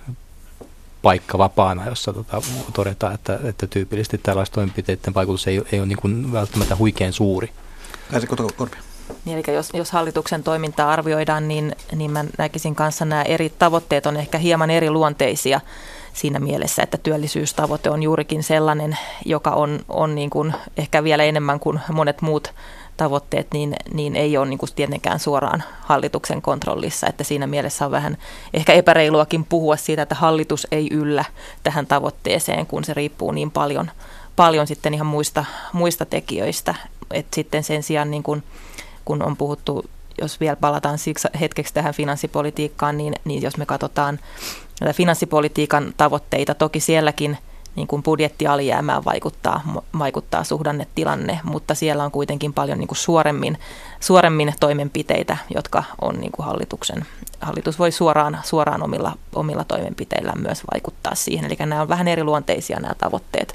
paikka vapaana, jossa tota, todetaan, että, että tyypillisesti tällaisten toimenpiteiden vaikutus ei, ei ole niin kuin välttämättä huikean suuri. Kaisa Kotokorpi. Niin, eli jos, jos hallituksen toimintaa arvioidaan, niin, niin mä näkisin kanssa nämä eri tavoitteet on ehkä hieman eri luonteisia siinä mielessä, että työllisyystavoite on juurikin sellainen, joka on, on niin kuin ehkä vielä enemmän kuin monet muut tavoitteet, niin, niin ei ole niin kuin tietenkään suoraan hallituksen kontrollissa, että siinä mielessä on vähän ehkä epäreiluakin puhua siitä, että hallitus ei yllä tähän tavoitteeseen, kun se riippuu niin paljon, paljon sitten ihan muista, muista tekijöistä, että sitten sen sijaan niin kuin kun on puhuttu, jos vielä palataan siksi hetkeksi tähän finanssipolitiikkaan, niin, niin jos me katsotaan näitä finanssipolitiikan tavoitteita, toki sielläkin niin kuin budjettialijäämään vaikuttaa, vaikuttaa suhdannetilanne, mutta siellä on kuitenkin paljon niin kuin suoremmin, suoremmin toimenpiteitä, jotka on niin kuin hallituksen, hallitus voi suoraan, suoraan omilla, omilla toimenpiteillään myös vaikuttaa siihen, eli nämä on vähän eriluonteisia nämä tavoitteet.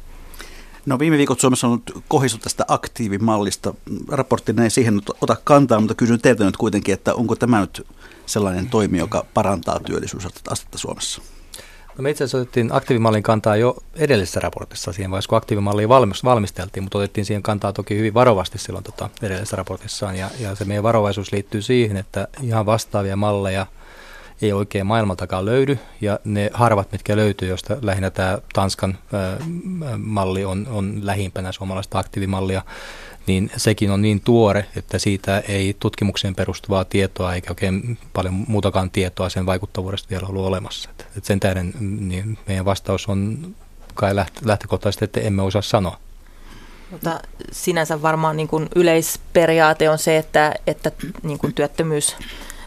No viime viikot Suomessa on ollut kohistu tästä aktiivimallista. Raporttina ei siihen nyt ota kantaa, mutta kysyn teiltä nyt kuitenkin, että onko tämä nyt sellainen toimi, joka parantaa työllisyysastetta Suomessa? No me itse asiassa otettiin aktiivimallin kantaa jo edellisessä raportissa siihen vaiheessa, kun aktiivimallia valmisteltiin, mutta otettiin siihen kantaa toki hyvin varovasti silloin tota edellisessä raportissaan. Ja, ja se meidän varovaisuus liittyy siihen, että ihan vastaavia malleja ei oikein maailmaltakaan löydy, ja ne harvat, mitkä löytyy, joista lähinnä tämä Tanskan ää, malli on, on lähimpänä suomalaista aktiivimallia, niin sekin on niin tuore, että siitä ei tutkimukseen perustuvaa tietoa eikä oikein paljon muutakaan tietoa sen vaikuttavuudesta vielä ollut olemassa. Et, et sen tähden niin meidän vastaus on kai lähtökohtaisesti, että emme osaa sanoa. Mutta sinänsä varmaan niin kuin yleisperiaate on se, että, että niin kuin työttömyys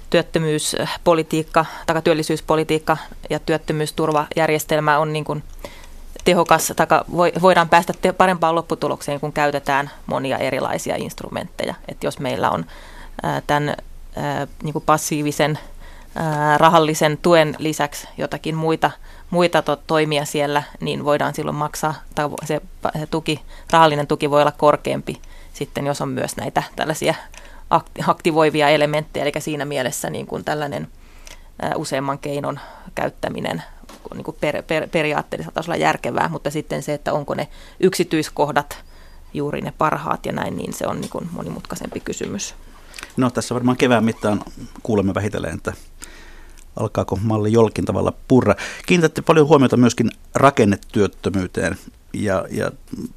työttömyyspolitiikka, tai työllisyyspolitiikka ja työttömyysturvajärjestelmä on niin kuin tehokas, tai voidaan päästä te- parempaan lopputulokseen, kun käytetään monia erilaisia instrumentteja. Että jos meillä on ää, tämän ää, niin kuin passiivisen ää, rahallisen tuen lisäksi jotakin muita, muita to- toimia siellä, niin voidaan silloin maksaa, tai se, se tuki, rahallinen tuki voi olla korkeampi sitten, jos on myös näitä tällaisia aktivoivia elementtejä, eli siinä mielessä niin kuin tällainen ä, useamman keinon käyttäminen niin kuin per, per, periaatteessa tasolla järkevää, mutta sitten se, että onko ne yksityiskohdat juuri ne parhaat ja näin, niin se on niin kuin monimutkaisempi kysymys. No tässä varmaan kevään mittaan kuulemme vähitellen, että alkaako malli jollakin tavalla purra. Kiinnitätte paljon huomiota myöskin rakennetyöttömyyteen ja, ja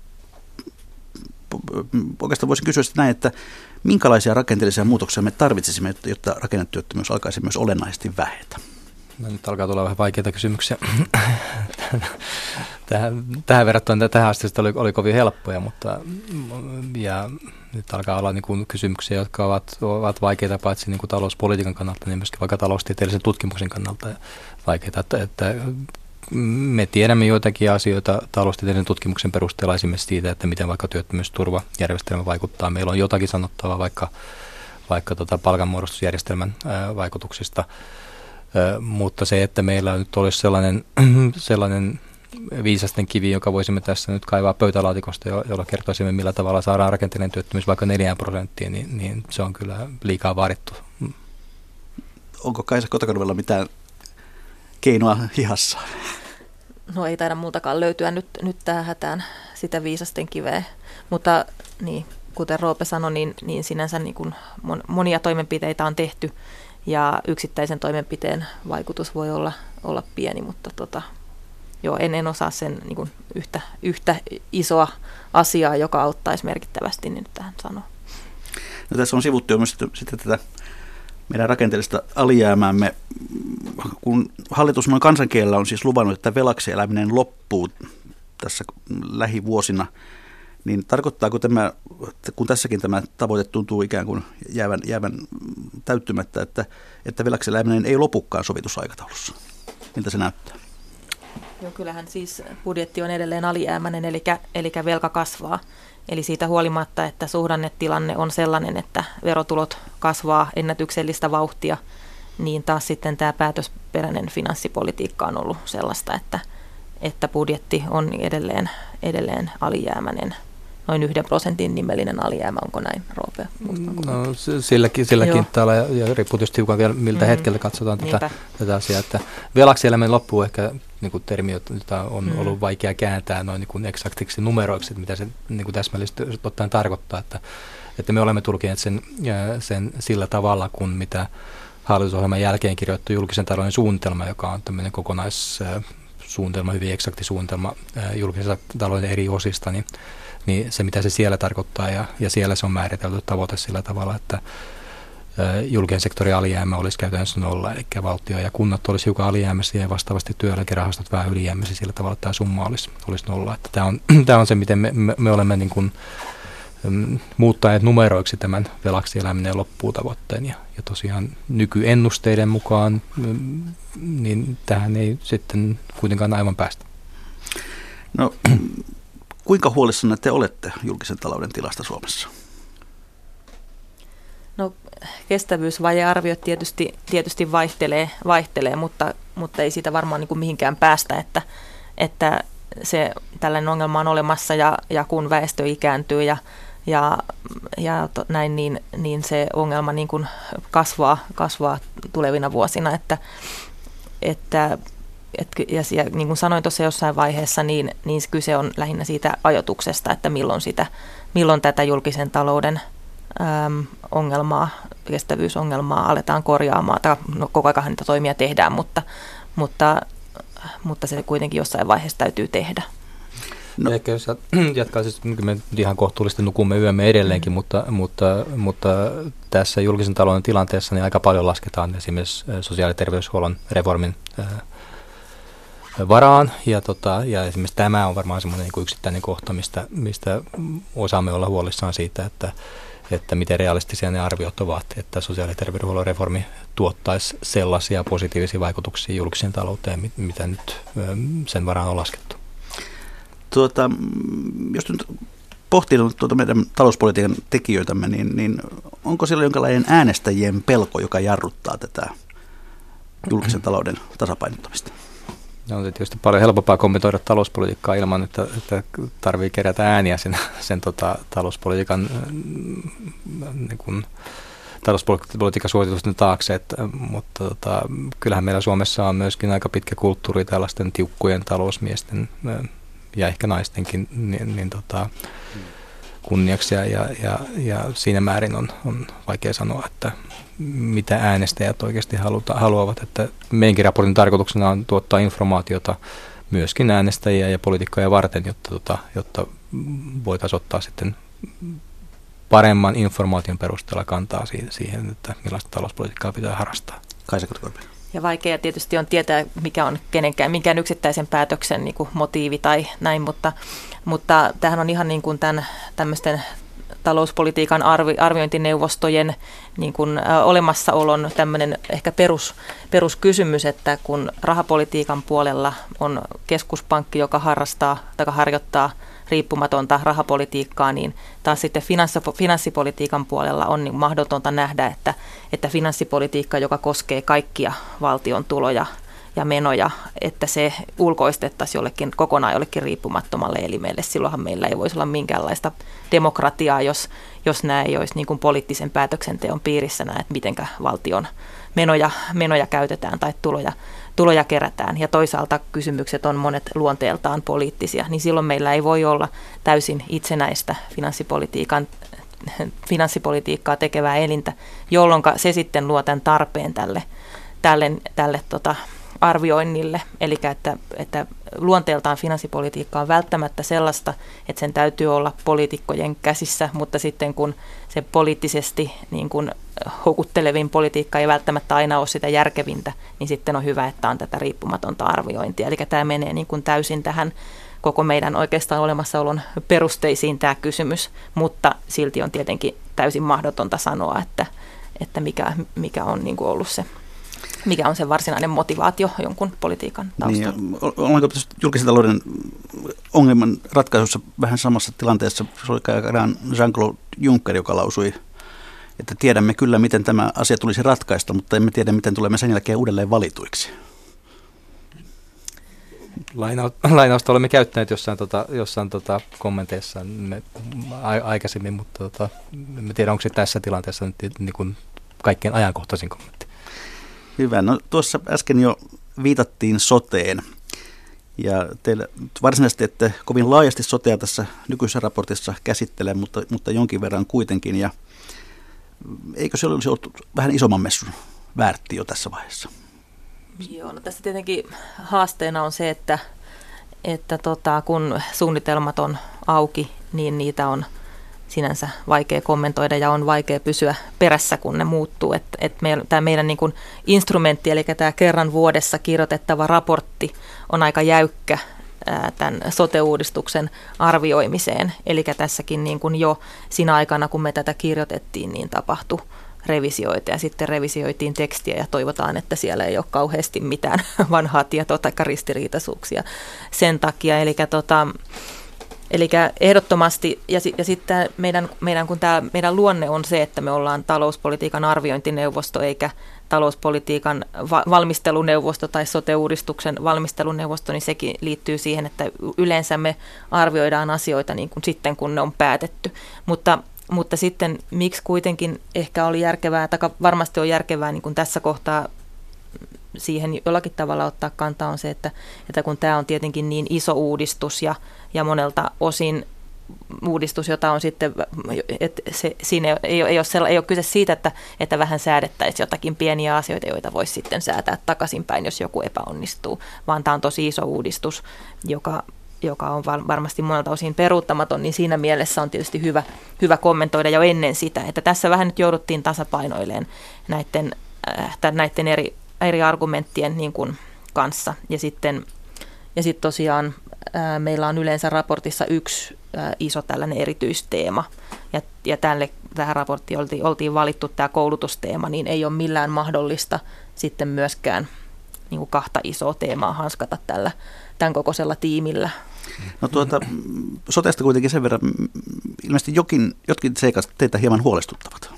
oikeastaan voisin kysyä sitä näin, että minkälaisia rakenteellisia muutoksia me tarvitsisimme, jotta rakennetyöttömyys alkaisi myös olennaisesti vähetä? No, nyt alkaa tulla vähän vaikeita kysymyksiä. tähän, tähän verrattuna tähän asti oli, oli kovin helppoja, mutta ja nyt alkaa olla niin kuin kysymyksiä, jotka ovat, ovat vaikeita paitsi niin kuin talouspolitiikan kannalta, niin myöskin vaikka taloustieteellisen tutkimuksen kannalta vaikeita, että, että me tiedämme joitakin asioita taloustieteellisen tutkimuksen perusteella esimerkiksi siitä, että miten vaikka työttömyysturvajärjestelmä vaikuttaa. Meillä on jotakin sanottavaa vaikka, vaikka tota palkanmuodostusjärjestelmän ää, vaikutuksista, ää, mutta se, että meillä nyt olisi sellainen, sellainen viisasten kivi, joka voisimme tässä nyt kaivaa pöytälaatikosta, jolla kertoisimme, millä tavalla saadaan rakenteellinen työttömyys vaikka neljään prosenttiin, niin, niin se on kyllä liikaa vaadittu. Onko Kaisa Kotakorvella mitään keinoa hihassa? No ei taida muutakaan löytyä nyt, nyt tähän hätään sitä viisasten kiveä, mutta niin, kuten Roope sanoi, niin, niin sinänsä niin kuin monia toimenpiteitä on tehty ja yksittäisen toimenpiteen vaikutus voi olla, olla pieni, mutta tota, joo, en, en osaa sen niin kuin yhtä, yhtä isoa asiaa, joka auttaisi merkittävästi, niin nyt tähän sanoa. No, tässä on sivuttu jo myös sitten tätä meidän rakenteellista alijäämäämme, kun hallitus noin kansankielellä on siis luvannut, että velaksi eläminen loppuu tässä lähivuosina, niin tarkoittaako tämä, kun tässäkin tämä tavoite tuntuu ikään kuin jäävän, jäävän täyttymättä, että, että velaksi eläminen ei lopukaan sovitusaikataulussa? Miltä se näyttää? Joo, kyllähän siis budjetti on edelleen alijäämäinen, eli, eli velka kasvaa. Eli siitä huolimatta, että suhdannetilanne on sellainen, että verotulot kasvaa ennätyksellistä vauhtia, niin taas sitten tämä päätösperäinen finanssipolitiikka on ollut sellaista, että, että budjetti on edelleen, edelleen alijäämäinen. Noin yhden prosentin nimellinen alijäämä, onko näin, Roope? No silläkin, silläkin täällä, ja riippuu tietysti hiukan vielä, miltä mm-hmm. hetkellä katsotaan tätä, tätä asiaa, että velaksi elämän loppuu ehkä niin kuin termi, jota on mm. ollut vaikea kääntää noin niin kuin eksaktiksi numeroiksi, että mitä se niin kuin täsmällisesti ottaen tarkoittaa, että, että me olemme tulkineet sen, sen sillä tavalla, kun mitä hallitusohjelman jälkeen kirjoittu julkisen talouden suunnitelma, joka on tämmöinen kokonaissuunnitelma, hyvin eksakti suunnitelma julkisen talouden eri osista, niin niin se, mitä se siellä tarkoittaa, ja, ja siellä se on määritelty tavoite sillä tavalla, että ä, julkisen sektorin alijäämä olisi käytännössä nolla, eli valtio ja kunnat olisi hiukan alijäämäisiä ja vastaavasti työeläkerahastot vähän ylijäämäisiä sillä tavalla, että tämä summa olisi, olisi nolla. Että tämä, on, tämä on se, miten me, me, me olemme niin kuin, m, muuttaneet numeroiksi tämän velaksi eläminen loppuu tavoitteen, ja, ja tosiaan nykyennusteiden mukaan m, niin tähän ei sitten kuitenkaan aivan päästä. No, kuinka huolissanne te olette julkisen talouden tilasta Suomessa? No, kestävyysvajearviot tietysti, tietysti vaihtelee, vaihtelee mutta, mutta ei siitä varmaan niin kuin mihinkään päästä, että, että se tällainen ongelma on olemassa ja, ja kun väestö ikääntyy ja, ja, ja to, näin, niin, niin se ongelma niin kuin kasvaa, kasvaa tulevina vuosina, että, että Et, ja, ja niin kuin sanoin tuossa jossain vaiheessa, niin, niin kyse on lähinnä siitä ajoituksesta, että milloin, sitä, milloin tätä julkisen talouden äm, ongelmaa, kestävyysongelmaa aletaan korjaamaan. Tai, no, koko ajan niitä toimia tehdään, mutta, mutta, mutta se kuitenkin jossain vaiheessa täytyy tehdä. No. Ehkä jos jatkaa, siis me ihan kohtuullisesti nukumme yömme edelleenkin, mutta, mutta, mutta tässä julkisen talouden tilanteessa niin aika paljon lasketaan esimerkiksi sosiaali- ja terveyshuollon reformin varaan, ja, tota, ja esimerkiksi tämä on varmaan semmoinen niin kuin yksittäinen kohta, mistä, mistä osaamme olla huolissaan siitä, että, että miten realistisia ne arviot ovat, että sosiaali- ja terveydenhuollon reformi tuottaisi sellaisia positiivisia vaikutuksia julkiseen talouteen, mitä nyt sen varaan on laskettu. Tuota, jos nyt pohtinut tuota meidän talouspolitiikan tekijöitämme, niin, niin onko siellä jonkinlainen äänestäjien pelko, joka jarruttaa tätä julkisen talouden tasapainottamista? No, on tietysti paljon helpompaa kommentoida talouspolitiikkaa ilman, että, että tarvitsee kerätä ääniä sen, sen tota, talouspolitiikan, niin kuin, talouspolitiikan suositusten taakse, että, mutta tota, kyllähän meillä Suomessa on myöskin aika pitkä kulttuuri tällaisten tiukkujen talousmiesten ja ehkä naistenkin niin, niin, tota, kunniaksi, ja, ja, ja, ja siinä määrin on, on vaikea sanoa, että mitä äänestäjät oikeasti haluta, haluavat. Että meidänkin raportin tarkoituksena on tuottaa informaatiota myöskin äänestäjiä ja poliitikkoja varten, jotta, tota, jotta voitaisiin ottaa sitten paremman informaation perusteella kantaa siihen, että millaista talouspolitiikkaa pitää harrastaa. Kaisa Korpi. Ja vaikea tietysti on tietää, mikä on kenenkään, minkään yksittäisen päätöksen niin kuin motiivi tai näin, mutta, mutta tämähän on ihan niin kuin tämän tämmöisten talouspolitiikan arvi, arviointineuvostojen niin kuin, ä, olemassaolon tämmöinen ehkä perus, peruskysymys, että kun rahapolitiikan puolella on keskuspankki, joka harrastaa tai harjoittaa riippumatonta rahapolitiikkaa, niin taas sitten finanssipolitiikan puolella on niin mahdotonta nähdä, että, että finanssipolitiikka, joka koskee kaikkia valtion tuloja ja menoja, että se ulkoistettaisiin jollekin, kokonaan jollekin riippumattomalle elimelle. Silloinhan meillä ei voisi olla minkäänlaista demokratiaa, jos, jos nämä ei olisi niin kuin poliittisen päätöksenteon piirissä, nämä, että miten valtion menoja, menoja käytetään tai tuloja, tuloja kerätään. Ja toisaalta kysymykset on monet luonteeltaan poliittisia, niin silloin meillä ei voi olla täysin itsenäistä finanssipolitiikan, finanssipolitiikkaa tekevää elintä, jolloin se sitten luo tämän tarpeen tälle, tälle, tälle tota, arvioinnille, eli että, että luonteeltaan finanssipolitiikka on välttämättä sellaista, että sen täytyy olla poliitikkojen käsissä, mutta sitten kun se poliittisesti niin kuin houkuttelevin politiikka ei välttämättä aina ole sitä järkevintä, niin sitten on hyvä, että on tätä riippumatonta arviointia. Eli tämä menee niin kuin täysin tähän koko meidän oikeastaan olemassaolon perusteisiin tämä kysymys, mutta silti on tietenkin täysin mahdotonta sanoa, että, että mikä, mikä on niin kuin ollut se, mikä on se varsinainen motivaatio jonkun politiikan taustalla. Niin, ollaanko julkisen talouden ongelman ratkaisussa vähän samassa tilanteessa? Se oli aikanaan Jean-Claude Juncker, joka lausui, että tiedämme kyllä, miten tämä asia tulisi ratkaista, mutta emme tiedä, miten tulemme sen jälkeen uudelleen valituiksi. Lainausta olemme käyttäneet jossain, tota, jossain tota kommenteissa me, a, aikaisemmin, mutta tota, en tiedä, onko se tässä tilanteessa nyt niin kuin kaikkein ajankohtaisin kommentti. Hyvä. No tuossa äsken jo viitattiin soteen, ja teillä varsinaisesti ette kovin laajasti sotea tässä nykyisessä raportissa käsittele, mutta, mutta jonkin verran kuitenkin, ja eikö se olisi ollut vähän isomman messun väärti jo tässä vaiheessa? Joo, no tässä tietenkin haasteena on se, että, että tota, kun suunnitelmat on auki, niin niitä on sinänsä vaikea kommentoida ja on vaikea pysyä perässä, kun ne muuttuu. Et, et me, tämä meidän niin kuin instrumentti, eli tämä kerran vuodessa kirjoitettava raportti on aika jäykkä ää, tämän sote-uudistuksen arvioimiseen. Eli tässäkin niin kuin jo siinä aikana, kun me tätä kirjoitettiin, niin tapahtui revisioita ja sitten revisioitiin tekstiä ja toivotaan, että siellä ei ole kauheasti mitään vanhaa tietoa tai ristiriitaisuuksia sen takia. Eli tota, Eli ehdottomasti, ja, ja sitten meidän, meidän, kun tämä meidän luonne on se, että me ollaan talouspolitiikan arviointineuvosto eikä talouspolitiikan va- valmisteluneuvosto tai sote-uudistuksen valmisteluneuvosto, niin sekin liittyy siihen, että yleensä me arvioidaan asioita niin kuin sitten, kun ne on päätetty. Mutta, mutta sitten miksi kuitenkin ehkä oli järkevää, tai varmasti on järkevää niin kuin tässä kohtaa siihen jollakin tavalla ottaa kantaa on se, että, että kun tämä on tietenkin niin iso uudistus ja, ja monelta osin uudistus, jota on sitten, että se, siinä ei ole, ei, ole sella, ei ole kyse siitä, että, että vähän säädettäisiin jotakin pieniä asioita, joita voisi sitten säätää takaisinpäin, jos joku epäonnistuu, vaan tämä on tosi iso uudistus, joka, joka on varmasti monelta osin peruuttamaton, niin siinä mielessä on tietysti hyvä, hyvä kommentoida jo ennen sitä, että tässä vähän nyt jouduttiin tasapainoileen näiden, äh, näiden eri eri argumenttien niin kuin kanssa. Ja sitten, ja sitten tosiaan ää, meillä on yleensä raportissa yksi ää, iso tällainen erityisteema. Ja, ja tälle, tähän raporttiin oltiin, oltiin valittu tämä koulutusteema, niin ei ole millään mahdollista sitten myöskään niin kuin kahta isoa teemaa hanskata tällä, tämän kokoisella tiimillä. No tuota, sotesta kuitenkin sen verran, ilmeisesti jokin, jotkin seikat teitä hieman huolestuttavat.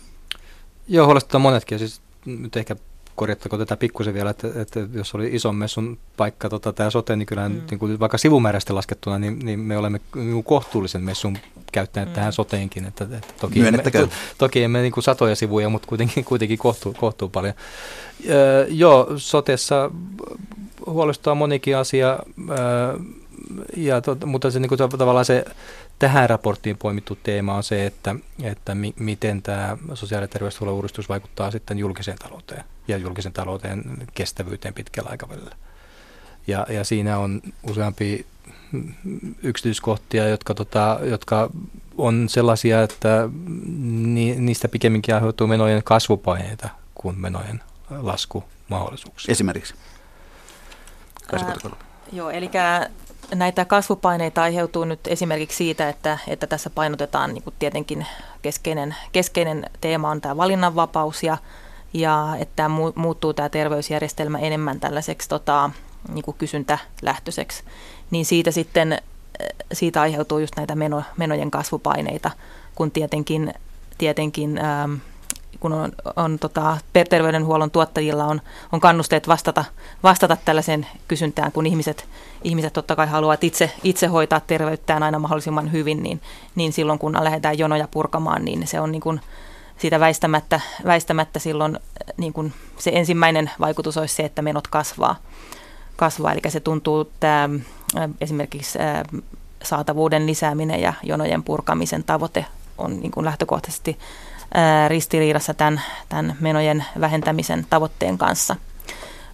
Joo, huolestuttaa monetkin. Siis nyt ehkä korjattako tätä pikkusen vielä, että, että jos oli ison messun paikka tota, tämä sote, niin kyllähän mm. niin kuin vaikka sivumääräisesti laskettuna, niin, niin me olemme niin kohtuullisen messun käyttäneet mm. tähän soteenkin. Että, että toki, emme, to, toki emme niin kuin satoja sivuja, mutta kuitenkin, kuitenkin kohtuu, kohtuu paljon. Öö, joo, sotessa huolestuttaa monikin asia, öö, ja to, mutta se, niin kuin, tavallaan se tähän raporttiin poimittu teema on se, että, että mi, miten tämä sosiaali- ja terveyshuollon uudistus vaikuttaa sitten julkiseen talouteen ja julkisen talouteen kestävyyteen pitkällä aikavälillä. Ja, ja siinä on useampia yksityiskohtia, jotka, tota, jotka on sellaisia, että ni, niistä pikemminkin aiheutuu menojen kasvupaineita kuin menojen laskumahdollisuuksia. Esimerkiksi? Ää, joo, eli näitä kasvupaineita aiheutuu nyt esimerkiksi siitä, että, että tässä painotetaan niin kuin tietenkin keskeinen, keskeinen teema on tämä valinnanvapaus ja, ja että muuttuu tämä terveysjärjestelmä enemmän tällaiseksi tota, niin kuin kysyntälähtöiseksi. Niin siitä sitten siitä aiheutuu just näitä meno, menojen kasvupaineita, kun tietenkin, tietenkin ähm, kun on, on tota, terveydenhuollon tuottajilla on, on kannusteet vastata, vastata tällaiseen kysyntään, kun ihmiset, ihmiset totta kai haluavat itse, itse hoitaa terveyttään aina mahdollisimman hyvin, niin, niin silloin kun lähdetään jonoja purkamaan, niin se on niin kuin siitä väistämättä, väistämättä silloin niin kuin se ensimmäinen vaikutus olisi se, että menot kasvaa. kasvaa. Eli se tuntuu tämä esimerkiksi saatavuuden lisääminen ja jonojen purkamisen tavoite on niin kuin lähtökohtaisesti ristiriidassa tämän, tämän menojen vähentämisen tavoitteen kanssa.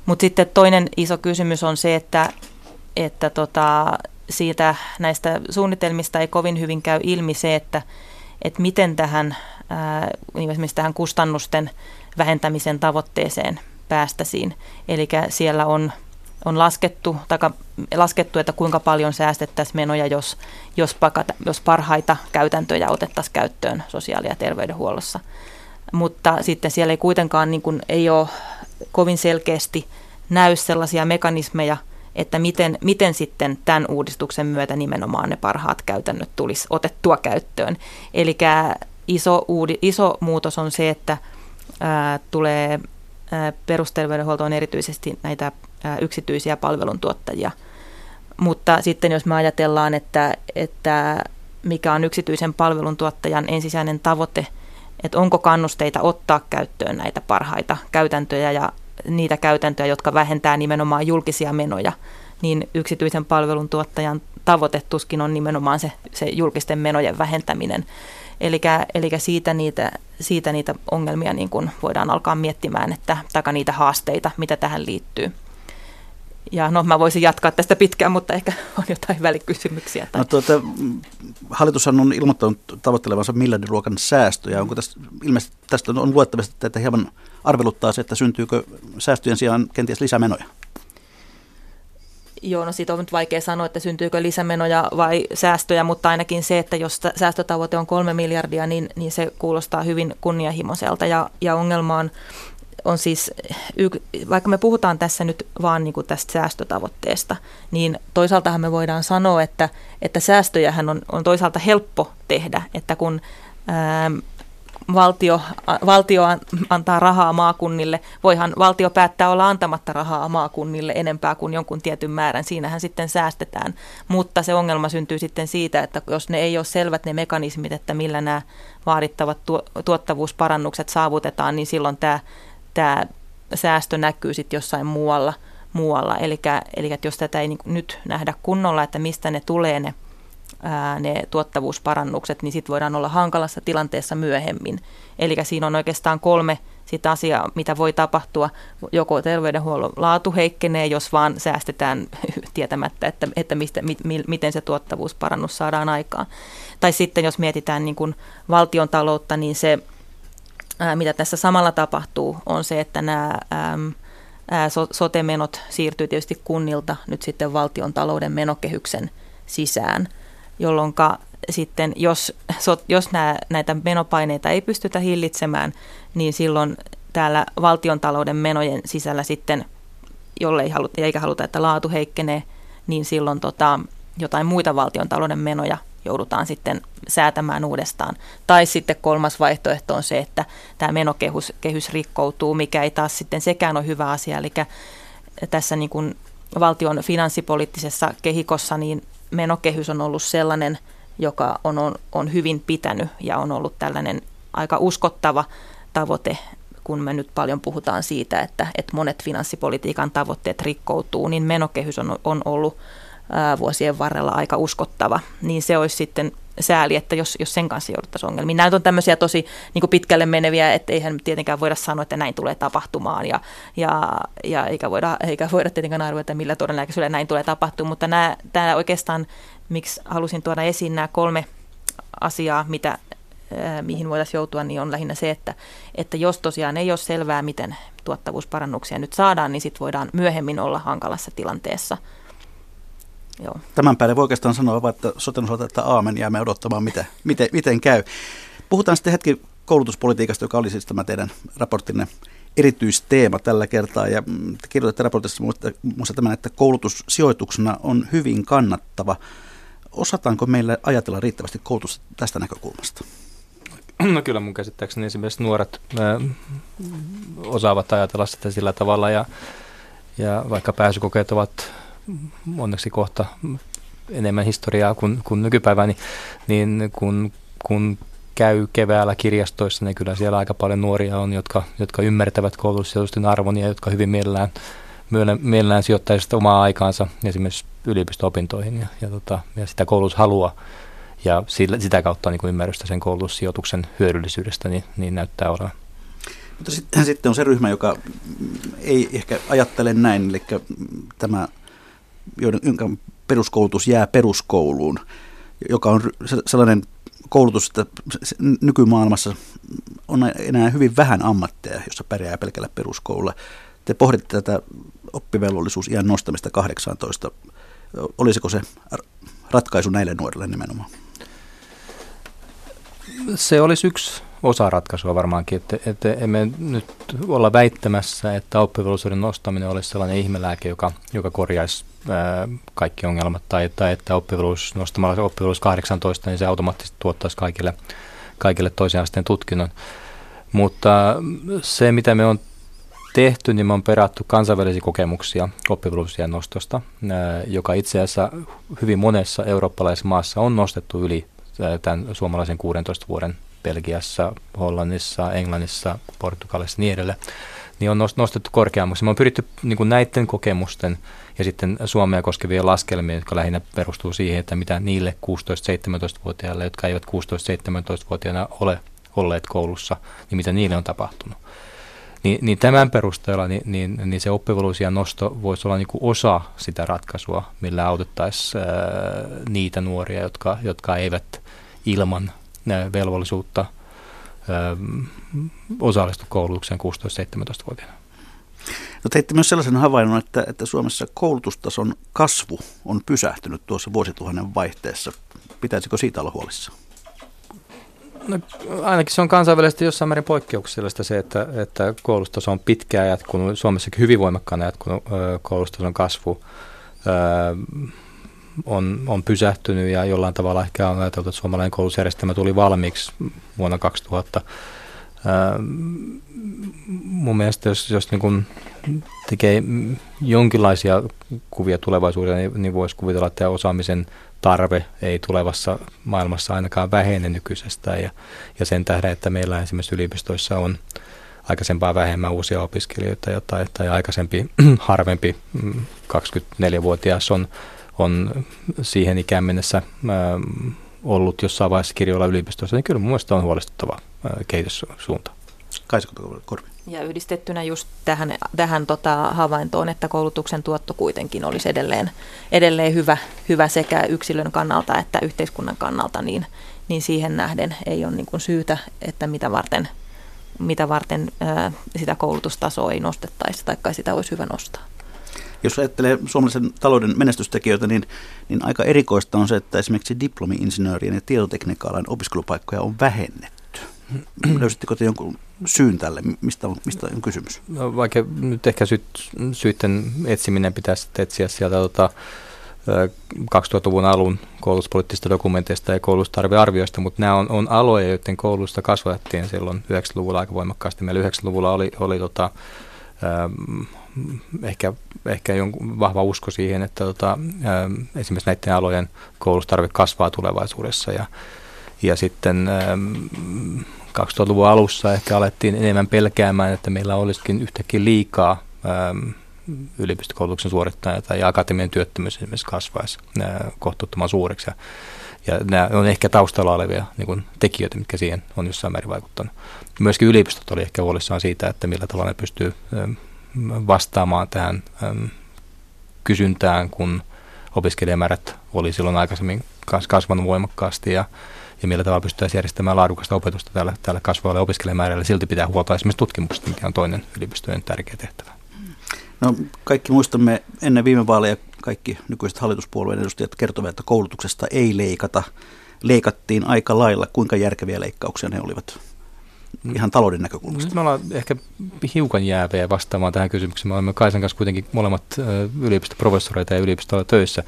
Mutta sitten toinen iso kysymys on se, että, että tota, siitä näistä suunnitelmista ei kovin hyvin käy ilmi se, että, että miten tähän, ää, esimerkiksi tähän kustannusten vähentämisen tavoitteeseen päästäisiin. Eli siellä on, on laskettu, taka, laskettu, että kuinka paljon säästettäisiin menoja, jos, jos, pakata, jos parhaita käytäntöjä otettaisiin käyttöön sosiaali- ja terveydenhuollossa. Mutta sitten siellä ei kuitenkaan niin kuin, ei ole kovin selkeästi näy sellaisia mekanismeja, että miten, miten sitten tämän uudistuksen myötä nimenomaan ne parhaat käytännöt tulisi otettua käyttöön. Eli iso, uudi, iso muutos on se, että ää, tulee ää, perusterveydenhuoltoon erityisesti näitä ää, yksityisiä palveluntuottajia. Mutta sitten jos me ajatellaan, että, että mikä on yksityisen palveluntuottajan ensisijainen tavoite, että onko kannusteita ottaa käyttöön näitä parhaita käytäntöjä ja niitä käytäntöjä, jotka vähentää nimenomaan julkisia menoja, niin yksityisen palveluntuottajan tavoite tuskin on nimenomaan se, se julkisten menojen vähentäminen. Eli siitä niitä, siitä niitä ongelmia niin kun voidaan alkaa miettimään, että taka niitä haasteita, mitä tähän liittyy. Ja no, mä voisin jatkaa tästä pitkään, mutta ehkä on jotain välikysymyksiä. Tai... No, tuota, hallitushan on ilmoittanut tavoittelevansa miljardiluokan säästöjä. Onko tästä, ilmeisesti tästä on luettavasti, että hieman arveluttaa se, että syntyykö säästöjen sijaan kenties lisämenoja? Joo, no siitä on nyt vaikea sanoa, että syntyykö lisämenoja vai säästöjä, mutta ainakin se, että jos säästötavoite on kolme miljardia, niin, niin se kuulostaa hyvin kunnianhimoiselta. Ja, ja ongelma on, on siis, vaikka me puhutaan tässä nyt vaan niin kuin tästä säästötavoitteesta, niin toisaaltahan me voidaan sanoa, että, että säästöjähän on, on toisaalta helppo tehdä, että kun ää, Valtio, valtio antaa rahaa maakunnille. Voihan valtio päättää olla antamatta rahaa maakunnille enempää kuin jonkun tietyn määrän. Siinähän sitten säästetään. Mutta se ongelma syntyy sitten siitä, että jos ne ei ole selvät ne mekanismit, että millä nämä vaadittavat tuottavuusparannukset saavutetaan, niin silloin tämä, tämä säästö näkyy sitten jossain muualla. muualla. Eli, eli jos tätä ei niin nyt nähdä kunnolla, että mistä ne tulee ne ne tuottavuusparannukset, niin sitten voidaan olla hankalassa tilanteessa myöhemmin. Eli siinä on oikeastaan kolme sit asiaa, mitä voi tapahtua. Joko terveydenhuollon laatu heikkenee, jos vaan säästetään tietämättä, että, että mistä, mi, miten se tuottavuusparannus saadaan aikaan. Tai sitten jos mietitään niin kuin valtion taloutta, niin se, ää, mitä tässä samalla tapahtuu, on se, että nämä ää, sote-menot siirtyy tietysti kunnilta nyt sitten valtion talouden menokehyksen sisään, jolloin sitten jos, jos nää, näitä menopaineita ei pystytä hillitsemään, niin silloin täällä valtiontalouden menojen sisällä sitten, jollei haluta, eikä haluta, että laatu heikkenee, niin silloin tota, jotain muita valtiontalouden menoja joudutaan sitten säätämään uudestaan. Tai sitten kolmas vaihtoehto on se, että tämä menokehys kehys rikkoutuu, mikä ei taas sitten sekään ole hyvä asia. Eli tässä niin kuin valtion finanssipoliittisessa kehikossa niin menokehys on ollut sellainen, joka on, on, on hyvin pitänyt ja on ollut tällainen aika uskottava tavoite, kun me nyt paljon puhutaan siitä, että, että monet finanssipolitiikan tavoitteet rikkoutuu, niin menokehys on, on ollut ää, vuosien varrella aika uskottava. Niin se olisi sitten sääli, että jos, jos sen kanssa jouduttaisiin ongelmiin. Nämä on tämmöisiä tosi niin kuin pitkälle meneviä, että eihän tietenkään voida sanoa, että näin tulee tapahtumaan ja, ja, ja eikä, voida, eikä voida tietenkään arvioida, että millä todennäköisyydellä näin tulee tapahtumaan, mutta nämä, tämä oikeastaan, miksi halusin tuoda esiin nämä kolme asiaa, mitä, äh, mihin voitaisiin joutua, niin on lähinnä se, että, että jos tosiaan ei ole selvää, miten tuottavuusparannuksia nyt saadaan, niin sitten voidaan myöhemmin olla hankalassa tilanteessa. Joo. Tämän päälle voi oikeastaan sanoa, että soten osalta, että aamen, jäämme odottamaan, miten, miten, miten käy. Puhutaan sitten hetki koulutuspolitiikasta, joka oli siis tämä teidän raporttinne erityisteema tällä kertaa. Ja te kirjoitatte raportissa muista tämän, että koulutus sijoituksena on hyvin kannattava. Osataanko meillä ajatella riittävästi koulutusta tästä näkökulmasta? No kyllä mun käsittääkseni esimerkiksi nuoret äh, osaavat ajatella sitä sillä tavalla ja, ja vaikka pääsykokeet ovat onneksi kohta enemmän historiaa kuin, kuin nykypäivää, niin, niin kun, kun käy keväällä kirjastoissa, niin kyllä siellä aika paljon nuoria on, jotka, jotka ymmärtävät koulutussijoitusten arvon ja jotka hyvin mielellään, mielellään sijoittaisivat omaa aikaansa esimerkiksi yliopisto-opintoihin ja, ja, tota, ja sitä koulutushalua ja sillä, sitä kautta niin kuin ymmärrystä sen koulutussijoituksen hyödyllisyydestä niin, niin näyttää olevan. Mutta sitten, sitten on se ryhmä, joka ei ehkä ajattele näin, eli tämä, jonka peruskoulutus jää peruskouluun, joka on sellainen koulutus, että nykymaailmassa on enää hyvin vähän ammatteja, jossa pärjää pelkällä peruskoululla. Te pohditte tätä oppivelvollisuusiän nostamista kahdeksantoista. Olisiko se ratkaisu näille nuorille nimenomaan? Se olisi yksi osa ratkaisua varmaankin, että, että emme nyt olla väittämässä, että oppivelvollisuuden nostaminen olisi sellainen ihmelääke, joka, joka korjaisi ää, kaikki ongelmat, tai, tai että oppivelvollisuus nostamalla oppivelvollisuus kahdeksantoista, niin se automaattisesti tuottaisi kaikille, kaikille toisen asteen tutkinnon. Mutta se, mitä me on tehty, niin me on perattu kansainvälisiä kokemuksia oppivelvollisuusiän nostosta, ää, joka itse asiassa hyvin monessa eurooppalaisessa maassa on nostettu yli tämän suomalaisen kuudentoista vuoden, Belgiassa, Hollannissa, Englannissa, Portugalissa ja niin edelleen, niin on nostettu korkeammaksi. Me on pyritty niin kuin näiden kokemusten ja sitten Suomea koskevien laskelmien, jotka lähinnä perustuu siihen, että mitä niille kuusitoista-seitsemäntoista-vuotiaille, jotka eivät kuusitoista-seitsemäntoista-vuotiaana ole olleet koulussa, niin mitä niille on tapahtunut. Niin, niin tämän perusteella niin, niin, niin se oppivelvollisuusiän nosto voisi olla niin kuin osa sitä ratkaisua, millä autettaisiin ää, niitä nuoria, jotka, jotka eivät ilman ää, velvollisuutta ää, osallistu koulutukseen kuusitoista-seitsemäntoista-vuotiaana. No teitte myös sellaisen havainnon, että, että Suomessa koulutustason kasvu on pysähtynyt tuossa vuosituhannen vaihteessa. Pitäisikö siitä olla huolissaan? No, ainakin se on kansainvälisesti jossain määrin poikkeuksellista se, että, että koulutustaso on pitkään jatkunut, Suomessakin hyvin voimakkaana jatkunut koulutustason kasvu ö, on, on pysähtynyt ja jollain tavalla ehkä on ajateltu, että suomalainen koulutusjärjestelmä tuli valmiiksi vuonna kaksituhatta. Ö, mun mielestä jos, jos niin kun tekee jonkinlaisia kuvia tulevaisuudessa, niin, niin voisi kuvitella, että osaamisen tarve ei tulevassa maailmassa ainakaan vähene nykyisestä ja, ja sen tähden, että meillä esimerkiksi yliopistoissa on aikaisempaa vähemmän uusia opiskelijoita tai, tai aikaisempi harvempi kaksikymmentäneljävuotias on, on siihen ikään mennessä ä, ollut jossain vaiheessa kirjoilla yliopistossa, niin kyllä mun mielestä on huolestuttava ä, kehityssuunta. Kaisa Korpi. Ja yhdistettynä just tähän, tähän tota havaintoon, että koulutuksen tuotto kuitenkin olisi edelleen, edelleen hyvä, hyvä sekä yksilön kannalta että yhteiskunnan kannalta, niin, niin siihen nähden ei ole niin kuin syytä, että mitä varten, mitä varten ää, sitä koulutustasoa ei nostettaisi tai sitä olisi hyvä nostaa. Jos ajattelee suomalaisen talouden menestystekijöitä, niin, niin aika erikoista on se, että esimerkiksi diplomi-insinöörien ja tietotekniikka-alan opiskelupaikkoja on vähennetty. Löysittekö te jonkun syyn tälle? Mistä on, mistä on kysymys? No, vaikka nyt ehkä sy- syytten etsiminen pitäisi etsiä sieltä tota, kaksituhattaluvun alun koulutuspoliittisista dokumenteista ja koulutustarvearvioista, mutta nämä on, on aloja, joiden koulutusta kasvatettiin silloin yhdeksänkymmentäluvulla aika voimakkaasti. Meillä yhdeksänkymmentäluvulla oli, oli tota, ähm, ehkä, ehkä jonkun vahva usko siihen, että tota, ähm, esimerkiksi näiden alojen koulutustarve kasvaa tulevaisuudessa ja Ja sitten ähm, kaksituhattaluvun alussa ehkä alettiin enemmän pelkäämään, että meillä olisikin yhtäkkiä liikaa ähm, yliopistokoulutuksen suorittajia tai akatemian työttömyys esimerkiksi kasvaisi äh, kohtuuttoman suureksi. Ja, ja nämä on ehkä taustalla olevia niin kuin tekijöitä, mitkä siihen on jossain määrin vaikuttanut. Myöskin yliopistot oli ehkä huolissaan siitä, että millä tavalla ne pystyy ähm, vastaamaan tähän ähm, kysyntään, kun opiskelijamäärät oli silloin aikaisemmin kasvanut voimakkaasti ja ja millä tavalla pystyttäisiin järjestämään laadukasta opetusta tällä, tällä kasvavalle opiskelijamäärällä. Silti pitää huolta esimerkiksi tutkimuksesta, mikä on toinen yliopistojen tärkeä tehtävä. No, kaikki muistamme ennen viime vaaleja, kaikki nykyiset hallituspuolueiden edustajat kertovat, että koulutuksesta ei leikata. Leikattiin aika lailla. Kuinka järkeviä leikkauksia ne olivat ihan talouden näkökulmasta? Nyt me ollaan ehkä hiukan jääviä vastaamaan tähän kysymykseen. Me olemme Kaisan kanssa kuitenkin molemmat yliopistoprofessoreita ja yliopistolla töissä.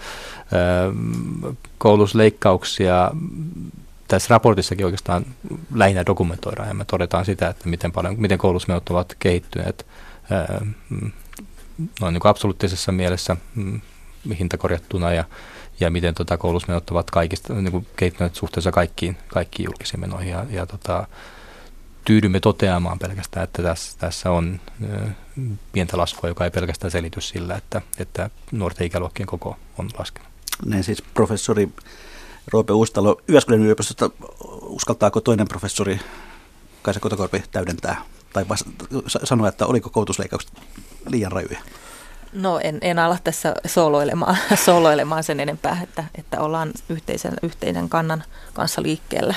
Koulutusleikkauksia tässä raportissakin oikeastaan lähinnä dokumentoidaan ja me todetaan sitä, että miten, paljon, miten koulutusmenot ovat kehittyneet ää, noin niin kuin absoluuttisessa mielessä mm, hintakorjattuna ja, ja miten tota, koulutusmenot ovat kaikista, niin kuin kehittyneet suhteessa kaikkiin, kaikkiin julkisiin menoihin. Ja, ja tota, tyydymme toteamaan pelkästään, että tässä, tässä on ää, pientä laskua, joka ei pelkästään selitys sillä, että, että nuorten ikäluokkien koko on laskenut. Näin siis professori Roope Uusitalo Jyväskylän yliopistosta. Uskaltaako toinen professori Kaisa Kotakorpi täydentää tai vasta, sanoa, että oliko koulutusleikkaukset liian rajuja? No en, en ala tässä sooloilemaan, sooloilemaan sen enempää, että, että ollaan yhteisen, yhteisen kannan kanssa liikkeellä.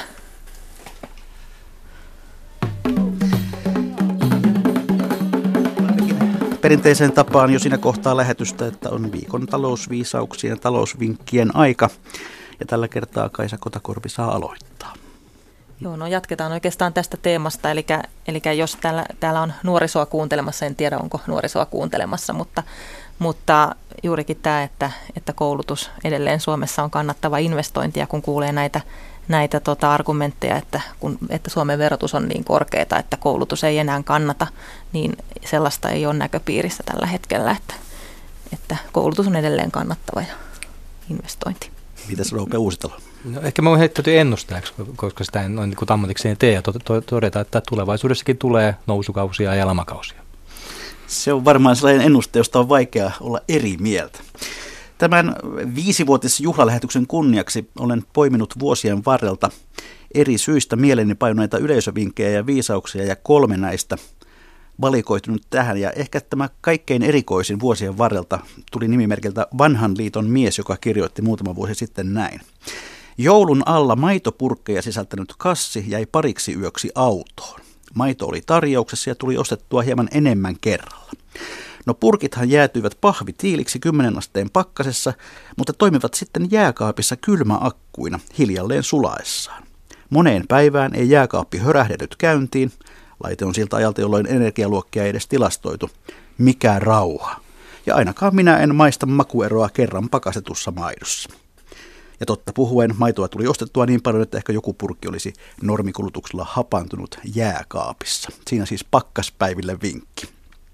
Perinteiseen tapaan jo siinä kohtaa lähetystä, että on viikon talousviisauksien ja talousvinkkien aika. Ja tällä kertaa Kaisa Kotakorpi saa aloittaa. Joo, no jatketaan oikeastaan tästä teemasta. Eli, eli jos täällä, täällä on nuorisoa kuuntelemassa, en tiedä onko nuorisoa kuuntelemassa, mutta, mutta juurikin tämä, että, että koulutus edelleen Suomessa on kannattava investointi. Ja kun kuulee näitä, näitä tota argumentteja, että, kun, että Suomen verotus on niin korkeata, että koulutus ei enää kannata, niin sellaista ei ole näköpiirissä tällä hetkellä, että, että koulutus on edelleen kannattava ja investointi. Mitäs Roope Uusitalo? No, ehkä mä oon heittänyt ennustajaksi, koska sitä en noin niin ammatikseen tee ja to, to, todeta, että tulevaisuudessakin tulee nousukausia ja lamakausia. Se on varmaan sellainen ennuste, josta on vaikea olla eri mieltä. Tämän viisivuotisen juhlalähetyksen kunniaksi olen poiminut vuosien varrelta eri syistä mieleeni painuneita yleisövinkkejä ja viisauksia, ja kolme näistä valikoitunut tähän. Ja ehkä tämä kaikkein erikoisin vuosien varrelta tuli nimimerkiltä Vanhan liiton mies, joka kirjoitti muutama vuosi sitten näin. Joulun alla maitopurkkeja sisältänyt kassi jäi pariksi yöksi autoon. Maito oli tarjouksessa ja tuli ostettua hieman enemmän kerralla. No purkithan jäätyivät pahvitiiliksi kymmenen asteen pakkasessa, mutta toimivat sitten jääkaapissa kylmäakkuina hiljalleen sulaessaan. Moneen päivään ei jääkaappi hörähdellyt käyntiin. Laite on siltä ajalta, jolloin energialuokkia ei edes tilastoitu. Mikä rauha. Ja ainakaan minä en maista makueroa kerran pakastetussa maidossa. Ja totta puhuen, maitoa tuli ostettua niin paljon, että ehkä joku purkki olisi normikulutuksella hapantunut jääkaapissa. Siinä siis pakkaspäiville vinkki.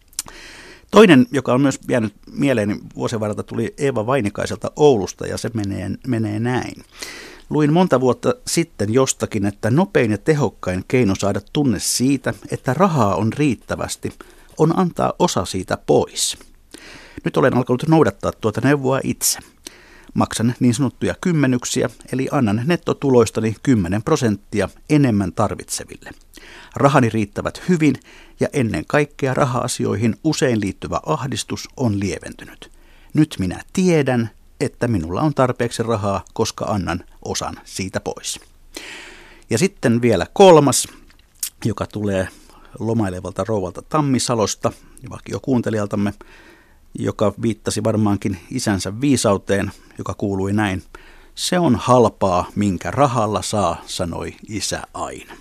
Toinen, joka on myös jäänyt mieleeni vuosien varrelta, tuli Eeva Vainikaiselta Oulusta, ja se menee, menee näin. Luin monta vuotta sitten jostakin, että nopein ja tehokkain keino saada tunne siitä, että rahaa on riittävästi, on antaa osa siitä pois. Nyt olen alkanut noudattaa tuota neuvoa itse. Maksan niin sanottuja kymmenyksiä, eli annan nettotuloistani kymmenen prosenttia enemmän tarvitseville. Rahani riittävät hyvin, ja ennen kaikkea raha-asioihin usein liittyvä ahdistus on lieventynyt. Nyt minä tiedän, että minulla on tarpeeksi rahaa, koska annan osan siitä pois. Ja sitten vielä kolmas, joka tulee lomailevalta rouvalta Tammisalosta, vakiokuuntelijaltamme, joka viittasi varmaankin isänsä viisauteen, joka kuului näin. Se on halpaa, minkä rahalla saa, sanoi isä aina.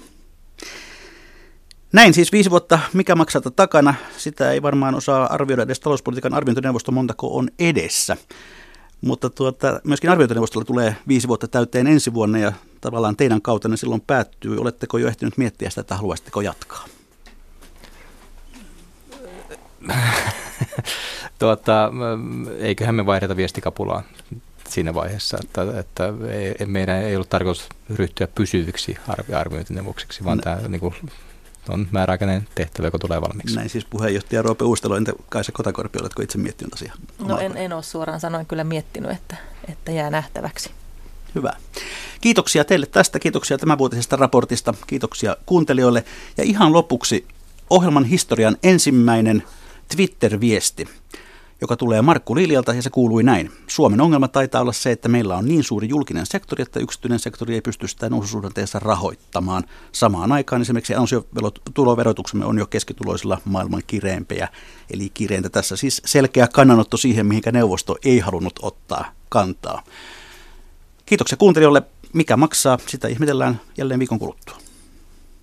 Näin siis viisi vuotta mikä maksaa takana. Sitä ei varmaan osaa arvioida edes talouspolitiikan arviointineuvosto, montako on edessä. Mutta tuota, myöskin arviointineuvostolla tulee viisi vuotta täyteen ensi vuonna, ja tavallaan teidän kautenne silloin päättyy. Oletteko jo ehtinyt miettiä sitä, että haluaisitteko jatkaa? tuota, eiköhän me vaihdeta viestikapulaa siinä vaiheessa, että, että ei, meidän ei ollut tarkoitus ryhtyä pysyviksi arviointineuvoksiksi, vaan tämä niin kuin, on määräaikainen tehtävä, joka tulee valmiiksi. Näin siis puheenjohtaja Roope Uusitalo. Entä Kaisa Kotakorpi, oletko itse miettinyt asiaa? No en, en ole suoraan sanoen kyllä miettinyt, että, että jää nähtäväksi. Hyvä. Kiitoksia teille tästä, kiitoksia tämänvuotisesta raportista, kiitoksia kuuntelijoille. Ja ihan lopuksi ohjelman historian ensimmäinen Twitter-viesti, joka tulee Markku Liljalta, ja se kuului näin. Suomen ongelma taitaa olla se, että meillä on niin suuri julkinen sektori, että yksityinen sektori ei pysty sitä noususuhdanteessa rahoittamaan. Samaan aikaan esimerkiksi ansiotuloverotuksemme on jo keskituloisilla maailman kireempejä, eli kireintä tässä siis selkeä kannanotto siihen, mihinkä neuvosto ei halunnut ottaa kantaa. Kiitoksia kuuntelijoille. Mikä maksaa, sitä ihmetellään jälleen viikon kuluttua.